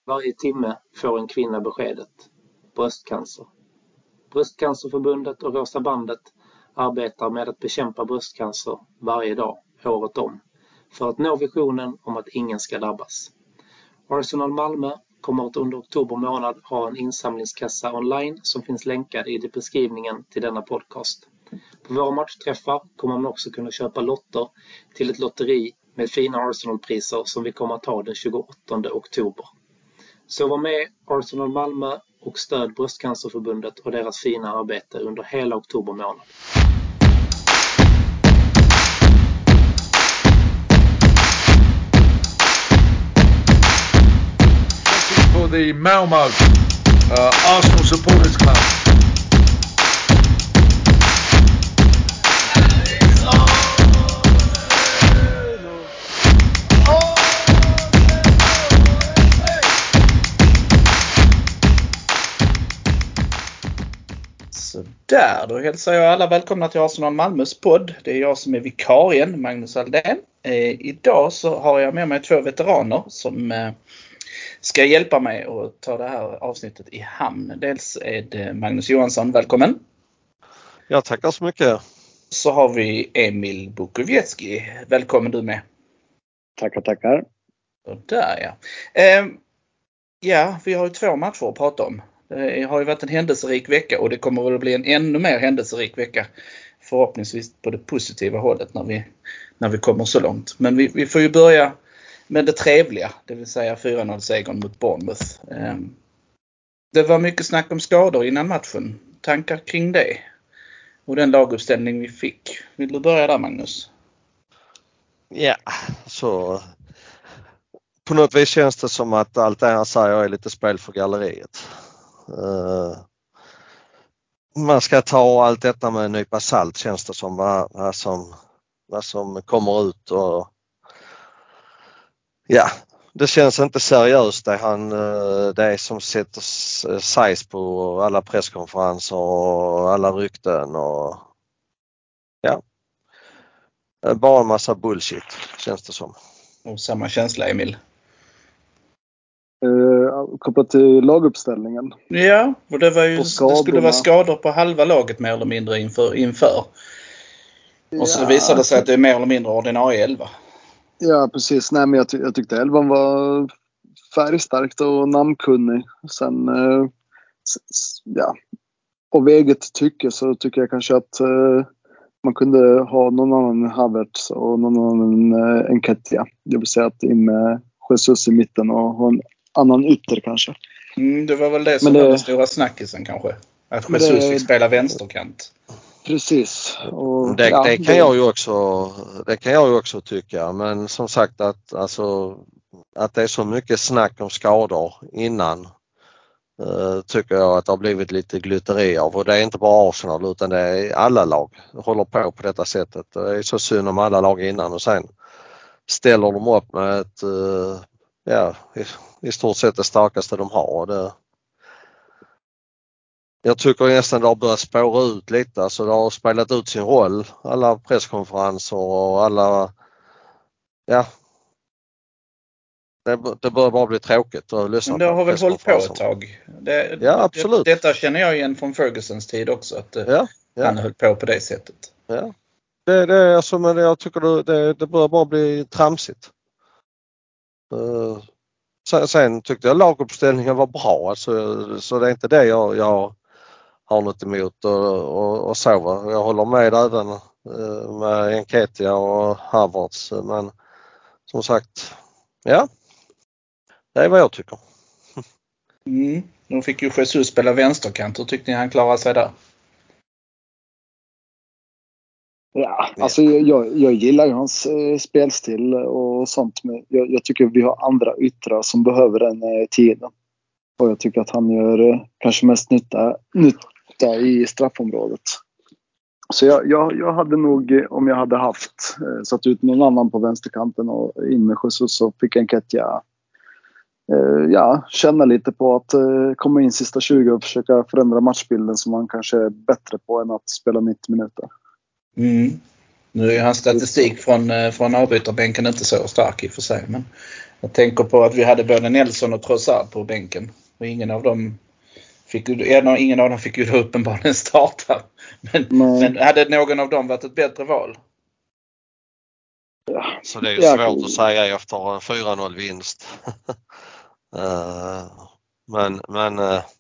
Varje timme får en kvinna beskedet: bröstcancer. Bröstcancerförbundet och Rosa bandet arbetar med att bekämpa bröstcancer varje dag, året om, för att nå visionen om att ingen ska drabbas. Arsenal Malmö kommer att under oktober månad ha en insamlingskassa online som finns länkad i beskrivningen till denna podcast. På våra matchträffar kommer man också kunna köpa lotter till ett lotteri med fina Arsenal-priser som vi kommer att ha den 28 oktober. Så var med Arsenal Malmö och stöd Bröstcancerförbundet och deras fina arbete under hela oktober månad. For the Malmo Arsenal Supporters Club. Så där, då hälsar jag alla välkomna till Arsenal Malmös podd. Det är jag som är vikarien, Magnus Aldén. Idag så har jag med mig två veteraner som ska hjälpa mig att ta det här avsnittet i hamn. Dels är det Magnus Johansson, välkommen. Ja, tackar så mycket. Så har vi Emil Bukowiecki, välkommen du med. Tackar. Så där ja. Ja, vi har ju två matcher att prata om. Det har ju varit en händelserik vecka och det kommer väl att bli en ännu mer händelserik vecka. Förhoppningsvis på det positiva hållet när vi kommer så långt. Men vi får ju börja med det trevliga, det vill säga 4-0-segern mot Bournemouth. Det var mycket snack om skador innan matchen. Tankar kring det? Och den laguppställning vi fick. Vill du börja där, Magnus? Ja, så på något vis känns det som att allt det här säger är lite spel för galleriet. Man ska ta allt detta med en nypa salt, känns det som vad som kommer ut och ja, det känns inte seriöst det som sägs på alla presskonferenser och alla rykten och ja, bara en massa bullshit känns det som. Och samma känsla, Emil. Kopplat till laguppställningen. Ja, och det skulle vara skador på halva laget mer eller mindre inför. Och så visade det sig att det är mer eller mindre ordinarie 11. Ja, precis. Nej, men jag tyckte 11 var färgstarkt och namnkunnig. Sen, ja, av eget tycke så tycker jag kanske att man kunde ha någon annan Havertz och någon annan Nketiah. Det vill säga att in med Jesus i mitten och ha en annan ytter kanske. Det var väl det som var den stora snackisen kanske. Att Jesus fick spela vänsterkant. Precis. Och, det kan jag ju också tycka. Men som sagt att det är så mycket snack om skador innan tycker jag att det har blivit lite glytteri av. Och det är inte bara Arsenal utan det är alla lag håller på detta sättet. Det är så synd om alla lag innan och sen ställer de upp med ett i stort sett det starkaste de har. Jag tycker nästan det har börjat spåra ut lite. Alltså det har spelat ut sin roll. Alla presskonferenser och alla... Ja. Det börjar bara bli tråkigt att lyssna på. Men det har väl hållit på ett tag. Ja, absolut. Detta känner jag igen från Fergusons tid också. Att han höll på det sättet. Ja. Det är alltså, men jag tycker det börjar bara bli tramsigt. Sen tyckte jag laguppställningen var bra. Alltså, så det är inte det jag har något emot och så. Jag håller med även med Nketiah och Havertz. Men som sagt, ja. Det är vad jag tycker. De fick ju Jesus spela vänsterkant. Hur tyckte ni han klarade sig där? Ja, alltså jag gillar ju hans spelstil och sånt. Men jag tycker vi har andra yttrar som behöver den tiden. Och jag tycker att han gör kanske mest nytta i straffområdet. Så jag hade nog, om jag hade haft satt ut någon annan på vänsterkanten och in med Jesus, så fick Nketiah känna lite på att komma in sista 20 och försöka förändra matchbilden som man kanske är bättre på än att spela 90 minuter. Nu är hans statistik från avbytarbänken inte så stark i och för sig. Men Jag tänker på att vi hade både Nelson och Trossard på bänken. Och ingen av dem fick ju då uppenbarligen starta. Men hade någon av dem varit ett bättre val? Ja. Så det är ju svårt att säga efter en 4-0 vinst. Men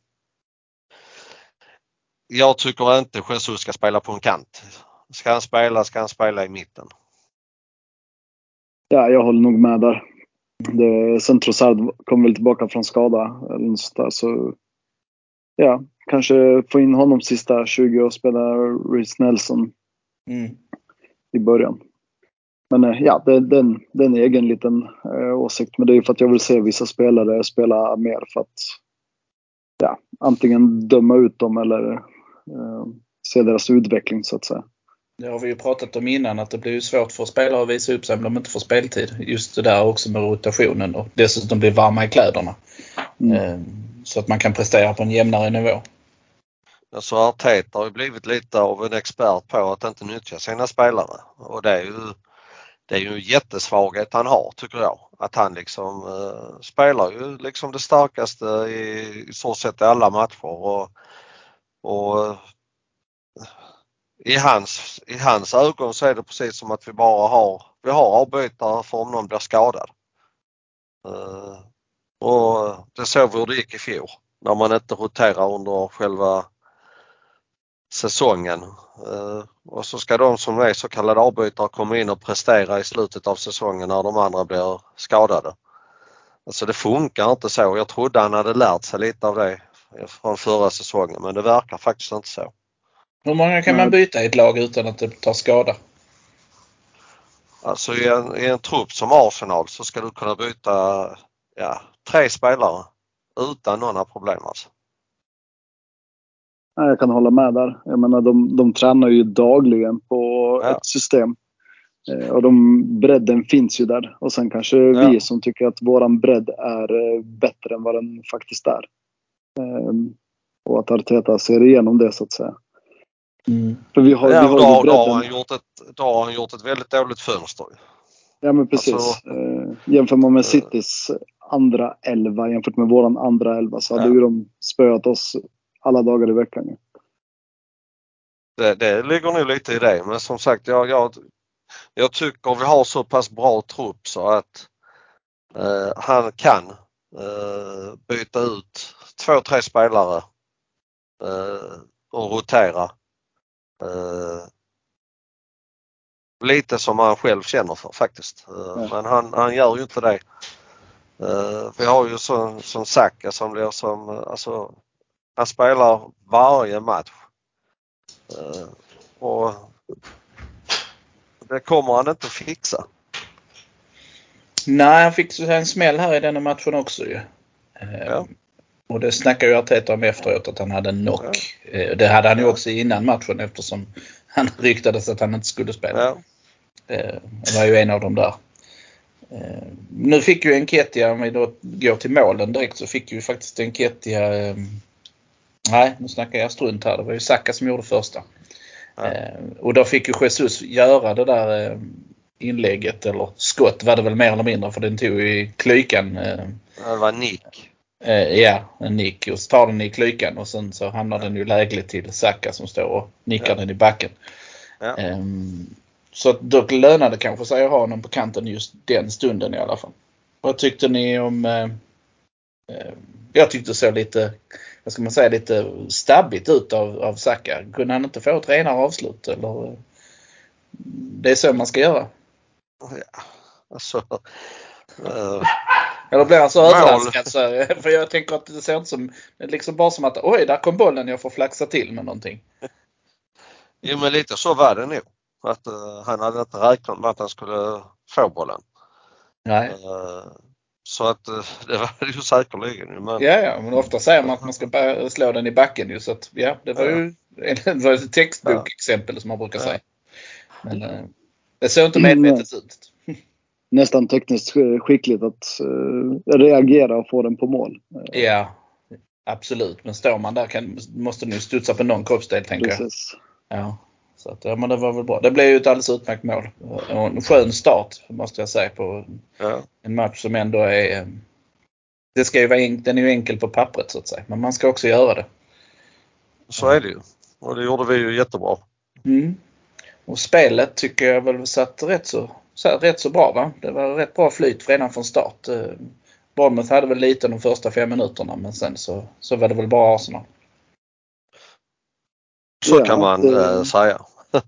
jag tycker inte Jesus ska spela på en kant. Ska han spela i mitten. Ja, jag håller nog med där. Sen Trossard kommer väl tillbaka från skada eller något sånt där, så ja, kanske få in honom sista 20 och spela Reece Nelson i början. Men ja, det är en egen liten åsikt. Men det är för att jag vill se vissa spelare spela mer för att antingen döma ut dem eller se deras utveckling så att säga. Det har vi ju pratat om innan, att det blir ju svårt för spelare att visa upp sig om de inte får speltid. Just det där också med rotationen och dessutom blir varma i kläderna. Så att man kan prestera på en jämnare nivå. Så Arteta har ju blivit lite av en expert på att inte nyttja sina spelare. Och det är ju en jättesvaghet han har, tycker jag. Att han liksom spelar ju liksom det starkaste i så sett i alla matcher. Och i hans ögon så är det precis som att vi har avbytare för om någon blir skadad. Och det såg vi hur det gick i fjol. När man inte roterar under själva säsongen. Och så ska de som är så kallade avbytare komma in och prestera i slutet av säsongen när de andra blir skadade. Alltså det funkar inte så. Jag trodde han hade lärt sig lite av det från förra säsongen, men det verkar faktiskt inte så. Hur många kan man byta i ett lag utan att det tar skada? Alltså i en trupp som Arsenal så ska du kunna byta 3 spelare utan några problem alltså. Jag kan hålla med där. Jag menar, de tränar ju dagligen på ett system. Och bredden finns ju där. Och sen kanske vi som tycker att våran bredd är bättre än vad den faktiskt är. Och att Arteta ser igenom det så att säga. För vi har ju bredden. Då har han gjort ett väldigt dåligt fönster. Ja men precis. Alltså, jämför man med Citys andra 11 jämfört med våran andra 11 så hade ju de spöat oss alla dagar i veckan. Det ligger nog lite i det, men som sagt jag tycker vi har så pass bra trupp så att han kan byta ut 2-3 spelare och rotera lite som han själv känner för faktiskt. Men han gör ju inte det. Vi har ju som Saka som blir som alltså han spelar varje match. Och det kommer han inte fixa. Nej, han fick en smäll här i denna matchen också ju. Och det snackar ju Arteta om efteråt att han hade en knock. Det hade han ju också innan matchen eftersom han ryktades att han inte skulle spela. Det var ju en av dem där. Nu fick ju Nketiah, om vi då går till målen direkt, så fick ju faktiskt Nketiah nej, nu snackar jag strunt här. Det var ju Saka som gjorde första. Och då fick ju Jesus göra det där inlägget, eller skott var det väl mer eller mindre, för den tog ju i klykan. Det var nick. En nick, och så tar den i klykan och sen så hamnar den ju lägligt till Saka som står och nickar den i backen. Så då lönade kanske sig att ha honom på kanten just den stunden i alla fall. Vad tyckte ni om jag tyckte så lite, vad ska man säga, lite stabbigt ut av Saka. Kunde han inte få ett renare avslut? Eller det är så man ska göra? Ja, alltså eller blir han så överraskad så här, för jag tänker att det ser inte som liksom bara som att oj, där kom bollen, jag får flaxa till med någonting. Jo, men lite så var det nog. Att han hade inte räknat med att han skulle få bollen. Nej. Så att det var ju säkerligen. Men... Ja, men ofta säger man att man ska slå den i backen ju, så att det var ju ett textbokexempel som man brukar säga. Men det såg inte medvetet ut. Nästan tekniskt skickligt att reagera och få den på mål. Ja, absolut. Men står man där måste ni studsa på någon kroppsdel, tänker jag. Precis. Ja. Så att, ja, men det var väl bra. Det blev ju ett alldeles utmärkt mål. Och en skön start måste jag säga på en match som ändå är... Det ska ju vara den är ju enkel på pappret så att säga. Men man ska också göra det. Så är det ju. Och det gjorde vi ju jättebra. Och spelet tycker jag väl satt rätt så bra, va? Det var rätt bra flyt redan från start. Bournemouth hade väl lite de första 5 minuterna, men sen så var det väl bara Arsenal. Så kan man säga.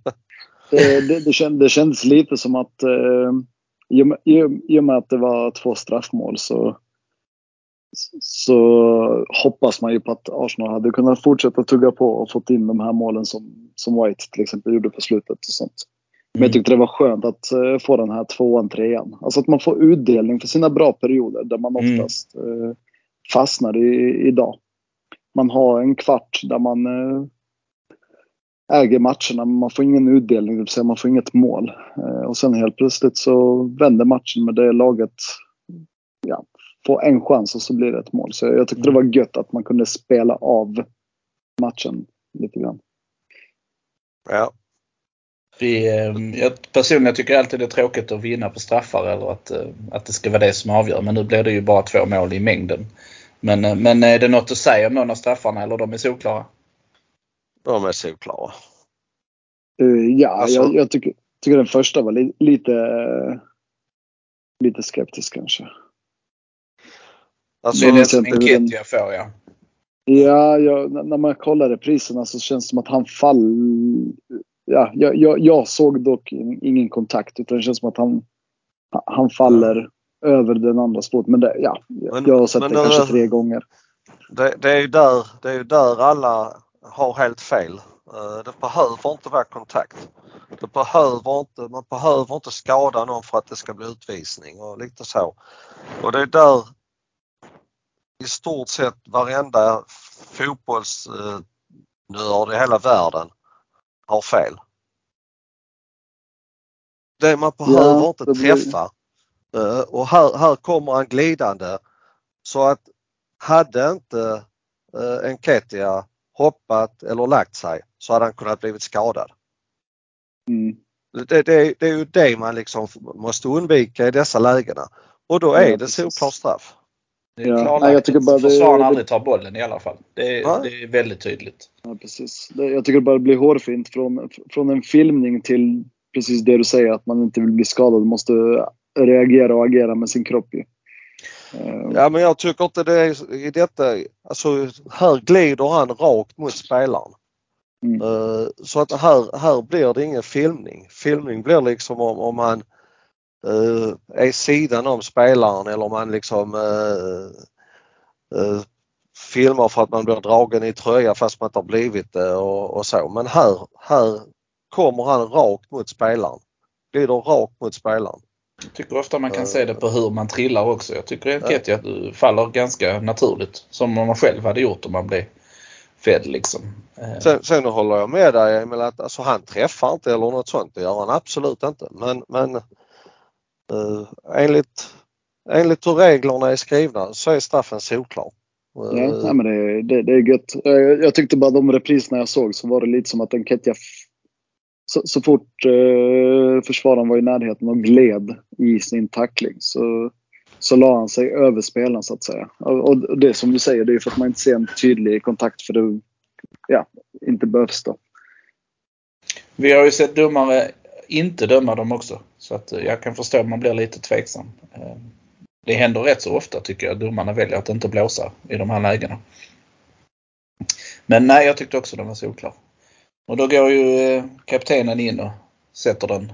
Det kändes lite som att i och med att det var 2 straffmål så hoppas man ju på att Arsenal hade kunnat fortsätta tugga på och fått in de här målen som White till exempel gjorde på slutet och sånt. Men jag tyckte det var skönt att få den här 2an, 3an. Alltså att man får utdelning för sina bra perioder där man oftast fastnar idag. Man har en kvart där man äger matcherna, men man får ingen utdelning, det vill säga man får inget mål. Och sen helt plötsligt så vänder matchen med det laget får en chans och så blir det ett mål. Så jag tyckte det var gött att man kunde spela av matchen lite grann. Ja. Jag personligen tycker alltid det är tråkigt att vinna på straffar eller att det ska vara det som avgör. Men nu blir det ju bara 2 mål i mängden. Men är det något att säga om någon av straffarna eller de är solklara? De är solklara. Alltså, jag tycker den första var lite skeptisk kanske. Alltså, det är det som enkät jag får, ja. Ja, när man kollar repriserna så känns det som att han jag såg dock ingen kontakt, utan det känns som att han faller över den andra spåret. Men jag har sett det kanske 3 gånger. Det är ju där alla har helt fel. Det behöver inte vara kontakt. Man behöver inte skada någon för att det ska bli utvisning och lite så. Och det är där i stort sett varenda fotbollsnörd i hela världen har fel. Man behöver inte träffa. Och här kommer han glidande. Så att hade inte Nketiah hoppat eller lagt sig så hade han kunnat blivit skadad. Det är ju det man liksom måste undvika i dessa lägena. Och då är det solklar straff. Det är klarlagt jag tycker bara att försvararen aldrig tar bollen i alla fall. Det är väldigt tydligt. Ja, precis. Jag tycker det bara blir hårfint från en filmning till precis det du säger, att man inte vill bli skadad. Man måste reagera och agera med sin kropp. Ja, men jag tycker inte det är i detta. Alltså, här glider han rakt mot spelaren. Så att här blir det ingen filmning. Filmning blir liksom om han är sidan om spelaren eller om man liksom filmar för att man blir dragen i tröja fast man inte har blivit det och så. Men här kommer han rakt mot spelaren. Glider rakt mot spelaren. Jag tycker ofta man kan se det på hur man trillar också. Jag tycker att det faller ganska naturligt. Som om man själv hade gjort om man blev fed liksom. Sen håller jag med dig med att alltså, han träffar inte eller något sånt. Det gör han absolut inte. Men enligt hur reglerna är skrivna så är straffen solklar. Ja, men det är gött. Jag tyckte bara de repriserna jag såg så var det lite som att Nketiah så fort försvararen var i närheten och gled i sin tackling så la han sig över spelaren så att säga. Och det som du säger, det är för att man inte ser en tydlig kontakt för det inte behövs då. Vi har ju sett domare inte döma dem också. Så att jag kan förstå att man blir lite tveksam. Det händer rätt så ofta tycker jag. Domarna väljer att inte blåsa i de här lägena. Men nej, jag tyckte också den var så oklar. Och då går ju kaptenen in och sätter den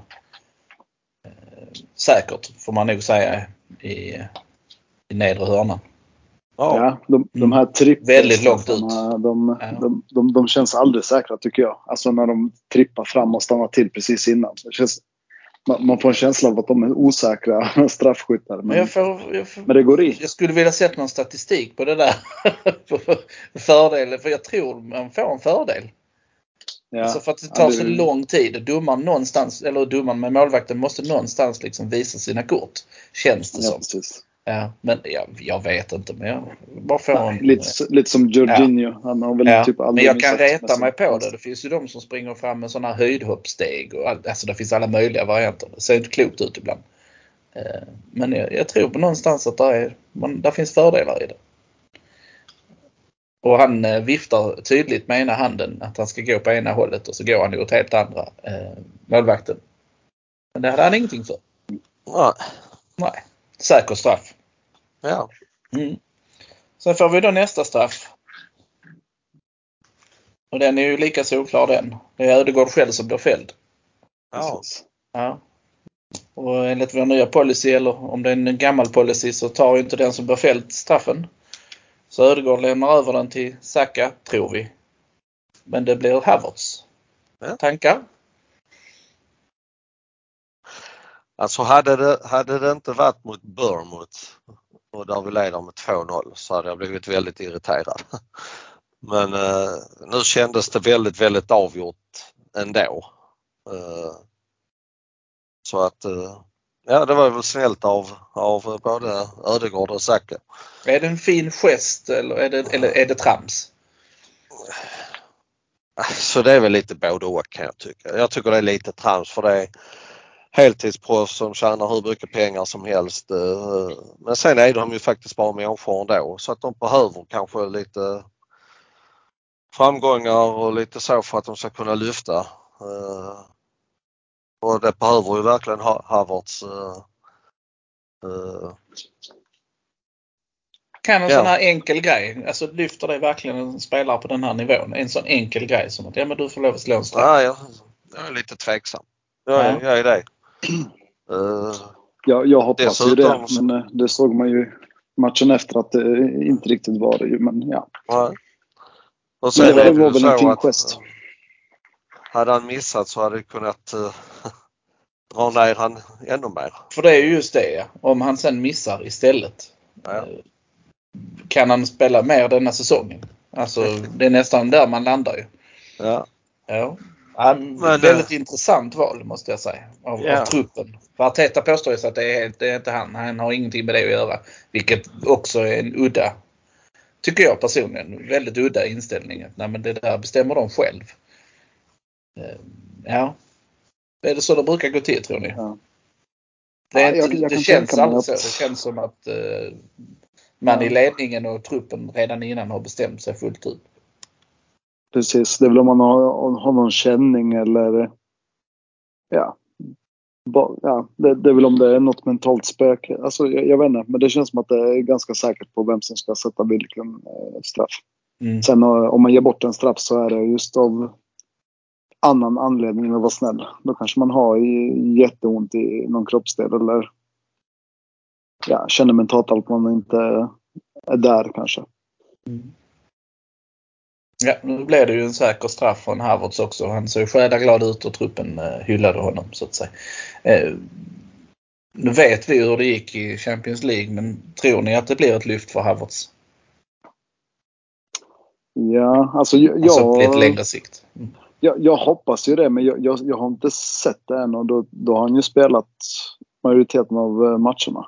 säkert, får man nog säga, i nedre hörnan. Ja, de här väldigt långt ut. De känns aldrig säkra tycker jag. Alltså när de trippar fram och stannar till precis innan. Det känns, man får en känsla av att de är osäkra straffskyttar. Men det går in. Jag skulle vilja sett någon statistik på det där. Fördelen, för jag tror man får en fördel. Ja, alltså för att det tar så lång tid. Domaren med målvakten måste någonstans liksom visa sina kort. Känns det som. Precis. Ja, men jag vet inte. Men jag bara får Nej, lite som Jorginho. Ja. Han har väl typ aldrig. Men jag kan missat reta mig på det. Det finns ju de som springer fram med sådana höjdhoppsteg. Och alltså det finns alla möjliga varianter. Det ser inte klokt ut ibland. Men jag tror på någonstans att där finns fördelar i det. Och han viftar tydligt med ena handen att han ska gå på ena hållet och så går han åt helt andra målvakten. Men det hade han ingenting för. Nej. Säker straff. Ja. Sen får vi då nästa straff. Och den är ju lika solklar den. Det är Ödegård själv som blir fälld. Ja. Och enligt vår nya policy, eller om det är en gammal policy, så tar ju inte den som blir fälld straffen. Så Ödegård lämnar över den till Saka, tror vi. Men det blir Havertz. Ja. Tankar? Alltså hade det inte varit mot Bournemouth och där vi leder med 2-0 så hade jag blivit väldigt irriterad. Men nu kändes det väldigt, väldigt avgjort ändå. Så att det var väl snällt av både Ödegård och Saka. Är det en fin gest eller är det trams? Så det är väl lite både och, kan jag tycka. Jag tycker det är lite trams, för det är heltidsproffs som tjänar hur mycket pengar som helst. Men sen är de ju faktiskt bara människor ändå, så att de behöver kanske lite framgångar och lite så för att de ska kunna lyfta. Och det behöver ju verkligen Havertz. Kan en sån här enkel grej, alltså lyfter det verkligen en spelare på den här nivån? En sån enkel grej som att men du får lov att slå en straff. Nej, jag är lite tveksam. Jag är det. Jag hoppas ju det, så... men det såg man ju matchen efter att det inte riktigt var det ju, men ja. Nej. Och sen det var väl en fin gest. Hade han missat så hade det kunnat dra ner han ännu mer. För det är ju just det, om han sen missar istället. Ja. Kan han spela mer denna säsongen? Alltså det är nästan där man landar ju. Ja. Men, väldigt intressant val, måste jag säga, av truppen. För Arteta påstår ju så att det är inte han. Han har ingenting med det att göra. Vilket också är en udda, tycker jag personligen, väldigt udda inställning. Nej, men det där bestämmer de själv. Är det så det brukar gå till, tror ni? Ja. Det känns aldrig så. Det känns som att man i ledningen och truppen redan innan har bestämt sig fullt ut. Precis, det är väl om man har någon känning eller det är väl om det är något mentalt spöke. Alltså jag vet inte, men det känns som att det är ganska säkert på vem som ska sätta vilken straff. Sen om man ger bort en straff så är det just av annan anledning än att vara snäll. Då kanske man har jätteont i någon kroppsdel eller känner mentalt att man inte är där kanske. Ja, nu blev det ju en säker straff från Havertz också. Han såg glad ut och truppen hyllade honom, så att säga. Nu vet vi hur det gick i Champions League, men tror ni att det blir ett lyft för Havertz? Ja, alltså på lite längre sikt. Jag hoppas ju det, men jag har inte sett det än, och då har han ju spelat majoriteten av matcherna.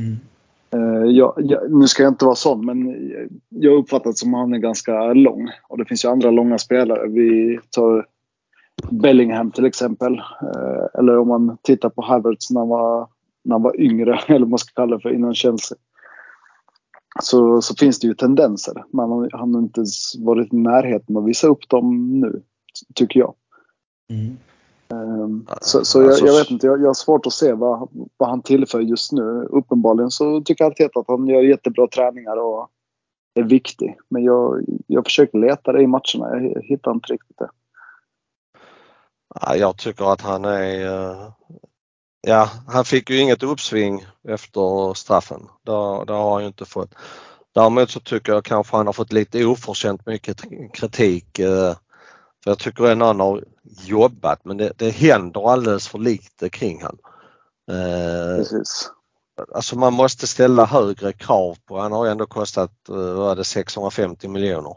Nu ska jag inte vara sån, men jag uppfattat som han är ganska lång, och det finns ju andra långa spelare. Vi tar Bellingham till exempel, eller om man tittar på Havertz när han var yngre, eller vad man ska kalla det för, innan Chelsea, så finns det ju tendenser. Men han har inte varit i närheten att visa upp dem nu, tycker jag. Jag vet inte, jag har svårt att se vad han tillför just nu. Uppenbarligen så tycker jag alltid att han gör jättebra träningar och är viktig. Men jag försöker leta det i matcherna. Jag hittar inte riktigt det. Jag tycker att han är... han fick ju inget uppsving efter straffen. Det har han ju inte fått. Däremot så tycker jag kanske han har fått lite oförtjänt mycket kritik. För jag tycker att han har jobbat, men det händer alldeles för lite kring han. Precis. Alltså man måste ställa högre krav på. Han har ju ändå kostat 650 miljoner.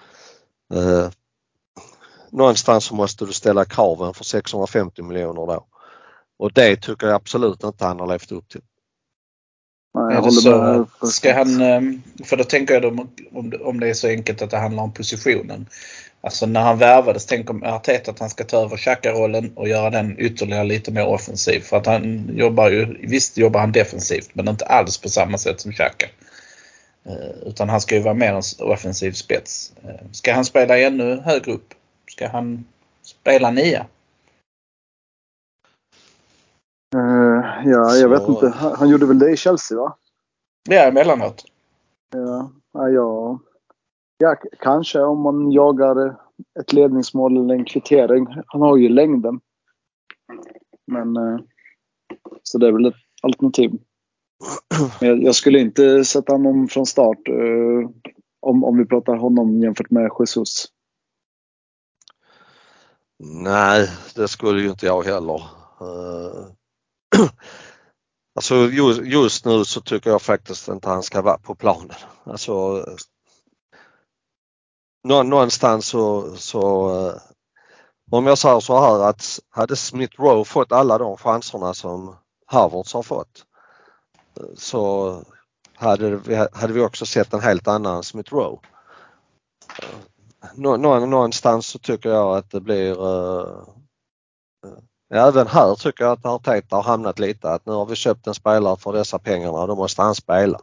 Någonstans så måste du ställa kraven för 650 miljoner då. Och det tycker jag absolut inte han har levt upp till. Nej, jag håller med. Ska han, för då tänker jag om det är så enkelt att det handlar om positionen. Alltså när han värvades, tänk om Arteta att han ska ta över Xhaka-rollen och göra den ytterligare lite mer offensiv. För att han visst jobbar han defensivt, men inte alls på samma sätt som Xhaka. Utan han ska ju vara mer en offensiv spets. Ska han spela ännu högre upp? Ska han spela 9? Ja, jag vet inte. Han gjorde väl det i Chelsea, va? Ja, emellanåt. Ja, kanske om man jagar ett ledningsmål eller en kvittering. Han har ju längden. Men så det är väl ett alternativ. Men jag skulle inte sätta honom från start om vi pratar honom jämfört med Jesus. Nej, det skulle ju inte jag heller. Alltså just nu så tycker jag faktiskt inte han ska vara på planen. Alltså någonstans så om jag säger så här att hade Smith Rowe fått alla de chanserna som Havertz har fått så hade vi också sett en helt annan Smith Rowe. Någonstans så tycker jag att det blir även här tycker jag att Arteta har hamnat lite att nu har vi köpt en spelare för dessa pengarna och då måste han spela.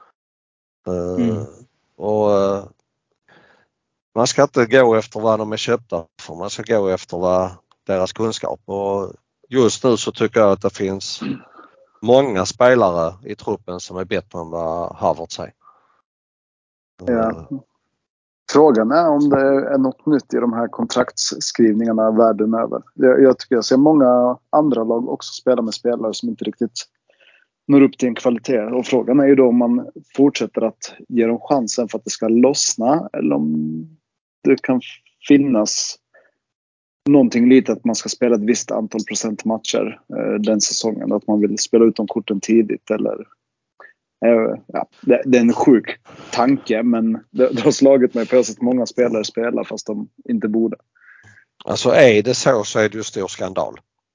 Och man ska inte gå efter vad de är köpta för, man ska gå efter vad deras kunskap. Och just nu så tycker jag att det finns många spelare i truppen som är bättre än vad Havertz är. Ja. Frågan är om det är något nytt i de här kontraktsskrivningarna världen över. Jag tycker jag ser många andra lag också spela med spelare som inte riktigt når upp till en kvalitet. Och frågan är ju då om man fortsätter att ge dem chansen för att det ska lossna eller om det kan finnas någonting lite att man ska spela ett visst antal procent matcher den säsongen. Att man vill spela ut de korten tidigt eller... Ja, det är en sjuk tanke, men det har slagit mig på att många spelare spelar fast de inte borde. Alltså är det så är det ju stor skandal.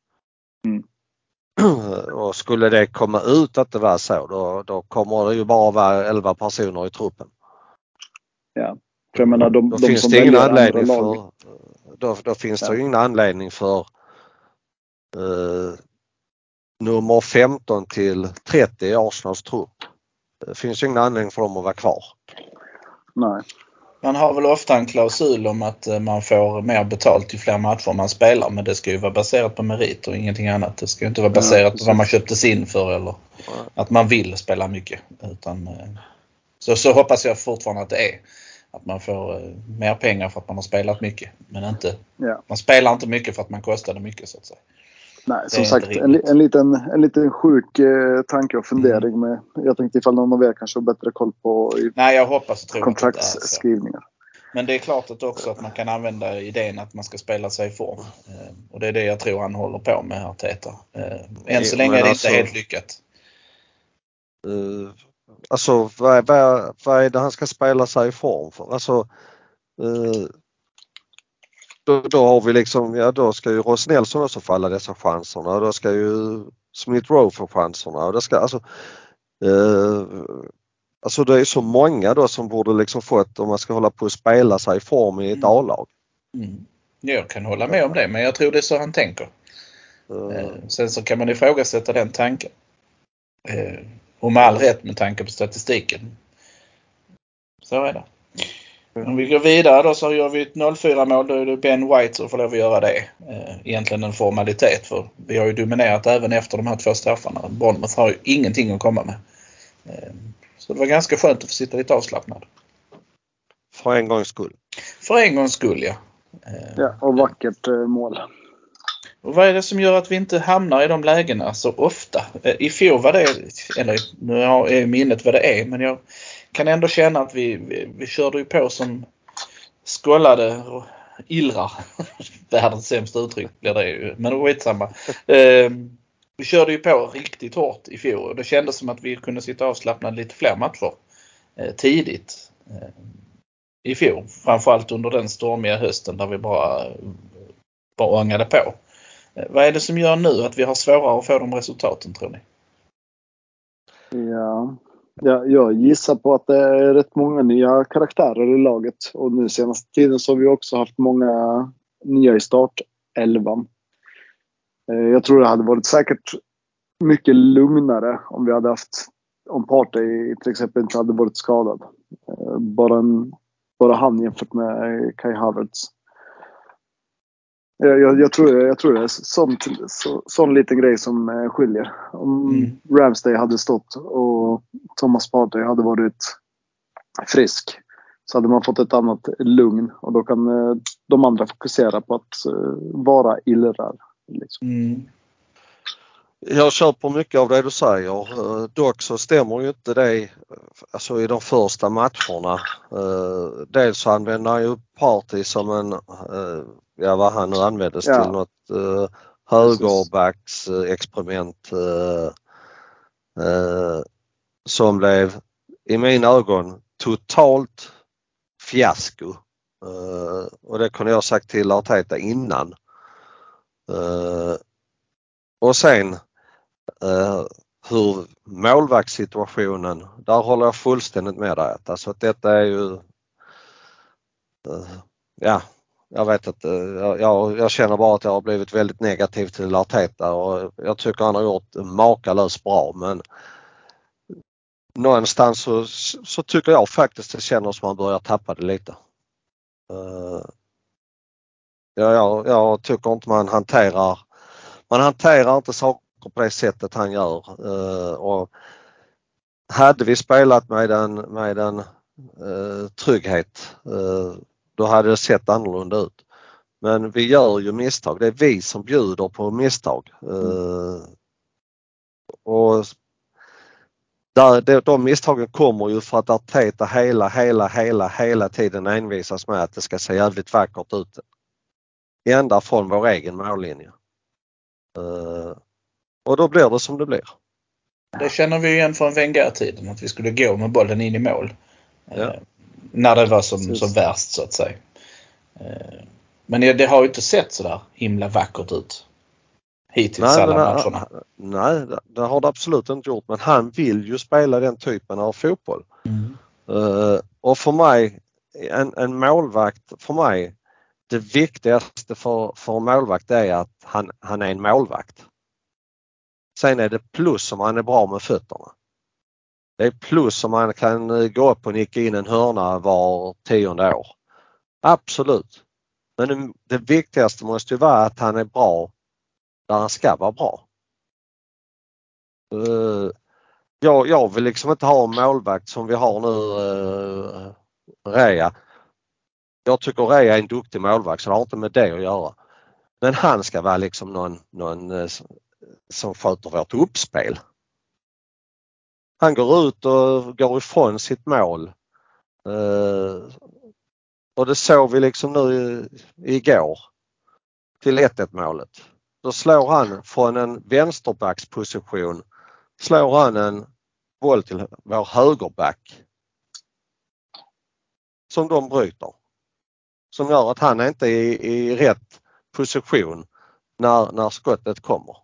Och skulle det komma ut att det var så då kommer det ju bara vara 11 personer i truppen. Ja, för jag menar då de finns som det ingen väljer anledning andra lag. Då finns det ju ingen anledning för nummer 15 till 30 i Arsenals trupp. Det finns ju ingen anledning för dem att vara kvar. Nej. Man har väl ofta en klausul om att man får mer betalt ju fler matcher man spelar, men det ska ju vara baserat på merit och ingenting annat. Det ska ju inte vara baserat på vad man köptes in för eller att man vill spela mycket. Utan, så hoppas jag fortfarande att det är. Att man får mer pengar för att man har spelat mycket, men inte. Ja. Man spelar inte mycket för att man kostade mycket så att säga. Nej, som sagt en liten sjuk tanke och fundering med. Jag tänkte ifall någon av er kanske har bättre koll på jag hoppas och tror kontraktsskrivningar. Men det är klart att också att man kan använda idén att man ska spela sig i form. Och det är det jag tror han håller på med Arteta. Än så länge är det inte helt lyckat. Alltså vad är det han ska spela sig i form för? Alltså då har vi liksom, då ska ju Ross Nelson också få alla dessa chanserna och då ska ju Smith Rowe få chanserna och det ska alltså det är så många då som borde liksom få ett, om man ska hålla på att spela sig i form i ett A-lag. Jag kan hålla med om det, men jag tror det är så han tänker. Sen så kan man ifrågasätta den tanken. Och med all rätt med tanke på statistiken. Så är det. Om vi går vidare då så gör vi ett 0-4 mål. Då är det Ben White som får lov att göra det. Egentligen en formalitet, för vi har ju dominerat även efter de här 2 straffarna. Bournemouth har ju ingenting att komma med. Så det var ganska skönt att få sitta lite avslappnad. För en gångs skull. För en gångs skull, ja. Ja, och vackert mål. Och vad är det som gör att vi inte hamnar i de lägena så ofta? I fjol var det, eller nu är minnet vad det är, men jag kan ändå känna att vi körde ju på som skållade och illrar. Världens sämsta uttryck blir det ju, men skitsamma. Vi körde ju på riktigt hårt i fjol och det kändes som att vi kunde sitta avslappnade lite fler matcher tidigt i fjol. Framförallt under den stormiga hösten där vi bara ångade på. Vad är det som gör nu att vi har svårare att få de resultaten, tror ni? Ja. Jag gissar på att det är rätt många nya karaktärer i laget. Och nu senaste tiden så har vi också haft många nya i startelvan. Jag tror det hade varit säkert mycket lugnare om vi hade haft, om Partey till exempel inte hade varit skadad. Bara han jämfört med Kai Havertz. Jag tror det är sån liten grej som skiljer. Om Ramsdale hade stått och Thomas Partey hade varit frisk så hade man fått ett annat lugn. Och då kan de andra fokusera på att vara illrar. Liksom. Jag köper mycket av det du säger. Dock så stämmer ju inte det alltså i de första matcherna. Dels så använder han ju Partey som en, vad han nu användes till, något högerbacks experiment som blev i mina ögon totalt fiasko. Och det kunde jag sagt till Arteta innan. Och sen hur målvaktssituationen, där håller jag fullständigt med dig. Alltså att detta är ju jag vet inte, jag känner bara att jag har blivit väldigt negativ till Arteta och jag tycker han har gjort makalöst bra, men någonstans så tycker jag faktiskt det känns som man börjar tappa det lite. Jag tycker inte man hanterar inte saker på det sättet han gör. Och hade vi spelat med en trygghet, då hade det sett annorlunda ut. Men vi gör ju misstag. Det är vi som bjuder på misstag. Och de misstagen kommer ju för att Arteta hela tiden envisas med att det ska se jävligt vackert ut. Ända från vår egen mållinje. Och då blir det som det blir. Det känner vi igen från Wenger-tiden, att vi skulle gå med bollen in i mål. När det var som värst så att säga. Men det har ju inte sett så där himla vackert ut hittills alla matcherna. Nej, det har det absolut inte gjort. Men han vill ju spela den typen av fotboll. Och för mig, en målvakt, för mig, det viktigaste för en målvakt är att han är en målvakt. Sen är det plus om han är bra med fötterna. Det är plus om han kan gå upp och nicka in en hörna var 10:e år. Absolut. Men det viktigaste måste ju vara att han är bra där han ska vara bra. Jag vill liksom inte ha en målvakt som vi har nu, Rea. Jag tycker Rea är en duktig målvakt så det har inte med det att göra. Men han ska vara liksom någon som sköter vårt uppspel. Han går ut och går ifrån sitt mål. Och det såg vi liksom nu igår till 1-1 målet. Då slår han från en vänsterbacksposition, slår han en boll till vår högerback som de bryter. Som gör att han inte är i rätt position när skottet kommer.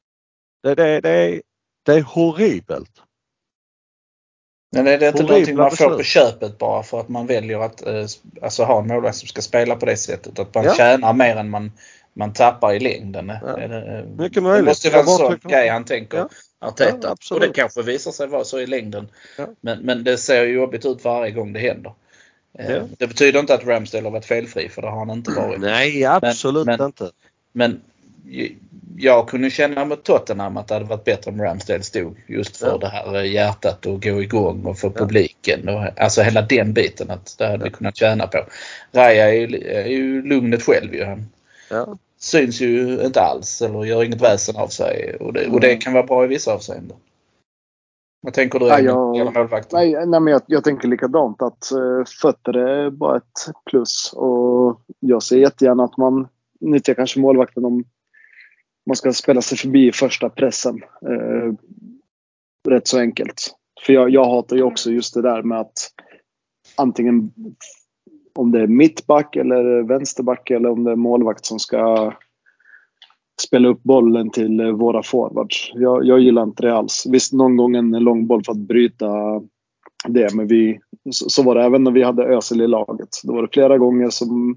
Det är horribelt. Men är det inte någonting man får på köpet bara för att man väljer att ha en målvakt som ska spela på det sättet? Att man tjänar mer än man tappar i längden. Mycket möjligt. Det måste vara en sån grej han tänker Arteta. Ja, och det kanske visar sig vara så i längden. Ja. Men det ser ju jobbigt ut varje gång det händer. Det betyder inte att Ramsdale har varit felfri, för det har han inte varit. Nej, absolut inte. Men jag kunde känna med Tottenham att det hade varit bättre om Ramsdale stod, just för det här hjärtat och gå igång och för publiken och alltså hela den biten, att det hade vi kunnat tjäna på. Raya är ju lugnet själv ju. Han syns ju inte alls eller gör inget väsen av sig, och det kan vara bra i vissa avseenden. Vad tänker du om målvakten? Nej, men jag tänker likadant, att fötter är bara ett plus, och jag ser jättegärna att man nyttjar kanske målvakten om man ska spela sig förbi första pressen. Rätt så enkelt. För jag hatar ju också just det där med att antingen om det är mittback eller vänsterback eller om det är målvakt som ska spela upp bollen till våra forwards. Jag gillar inte det alls. Visst, någon gång en lång boll för att bryta det, men så var det även när vi hade Özil i laget. Då var det flera gånger som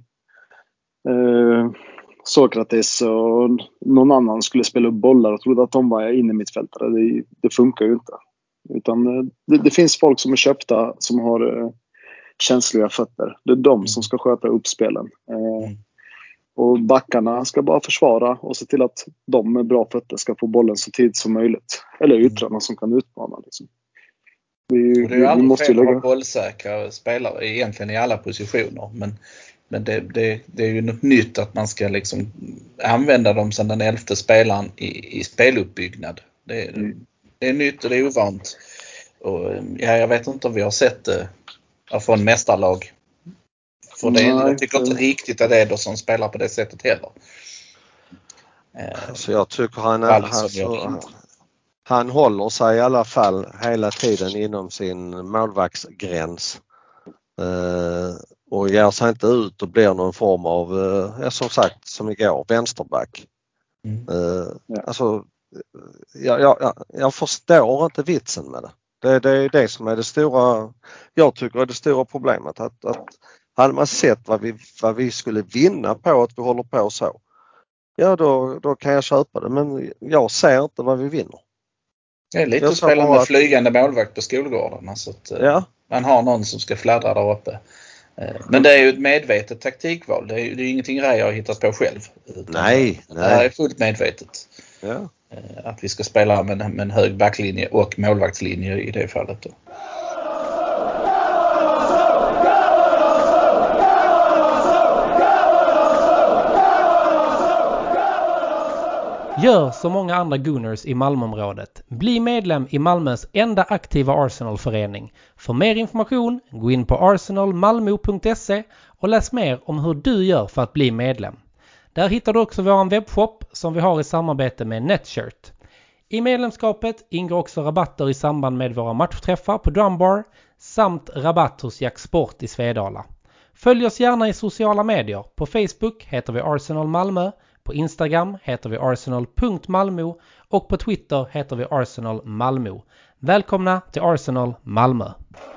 Sokrates och någon annan skulle spela upp bollar och trodde att de var inne i mittfältare. Det funkar ju inte. Utan det finns folk som är köpta som har känsliga fötter. Det är de som ska sköta upp spelen. Och backarna ska bara försvara och se till att de med bra fötter ska få bollen så tidigt som möjligt. Eller yttrarna som kan utmana. Liksom. Det är ju aldrig fel att ha bollsäkra spelare egentligen i alla positioner. Men det är ju något nytt att man ska liksom använda dem som den 11:e spelaren i speluppbyggnad. Det är nytt och det är ovant. Och jag vet inte om vi har sett det från mästarlag. För jag tycker inte riktigt att det är då som spelar på det sättet heller. Så jag tycker han håller sig i alla fall hela tiden inom sin målvaktsgräns. Och ger sig inte ut och blir någon form av, som sagt, som igår, vänsterback. Alltså, jag förstår inte vitsen med det. Det är det som är det stora, jag tycker är det stora problemet. Att hade man sett vad vi skulle vinna på att vi håller på så, ja då kan jag köpa det. Men jag ser inte vad vi vinner. Det är lite att spela med flygande målvakt på skolgården. Alltså att man har någon som ska fladdra där uppe. Men det är ju ett medvetet taktikval. Det är ju ingenting jag har hittat på själv. Nej. Det här är fullt medvetet. Ja. Att vi ska spela med en hög backlinje och målvaktslinje i det fallet då. Gör som många andra Gunners i Malmöområdet. Bli medlem i Malmös enda aktiva Arsenal-förening. För mer information, gå in på arsenalmalmo.se och läs mer om hur du gör för att bli medlem. Där hittar du också vår webbshop som vi har i samarbete med Netshirt. I medlemskapet ingår också rabatter i samband med våra matchträffar på Drumbar samt rabatt hos Jack Sport i Svedala. Följ oss gärna i sociala medier. På Facebook heter vi Arsenal Malmö. På Instagram heter vi arsenal.malmo och på Twitter heter vi Arsenal Malmö. Välkomna till Arsenal Malmö!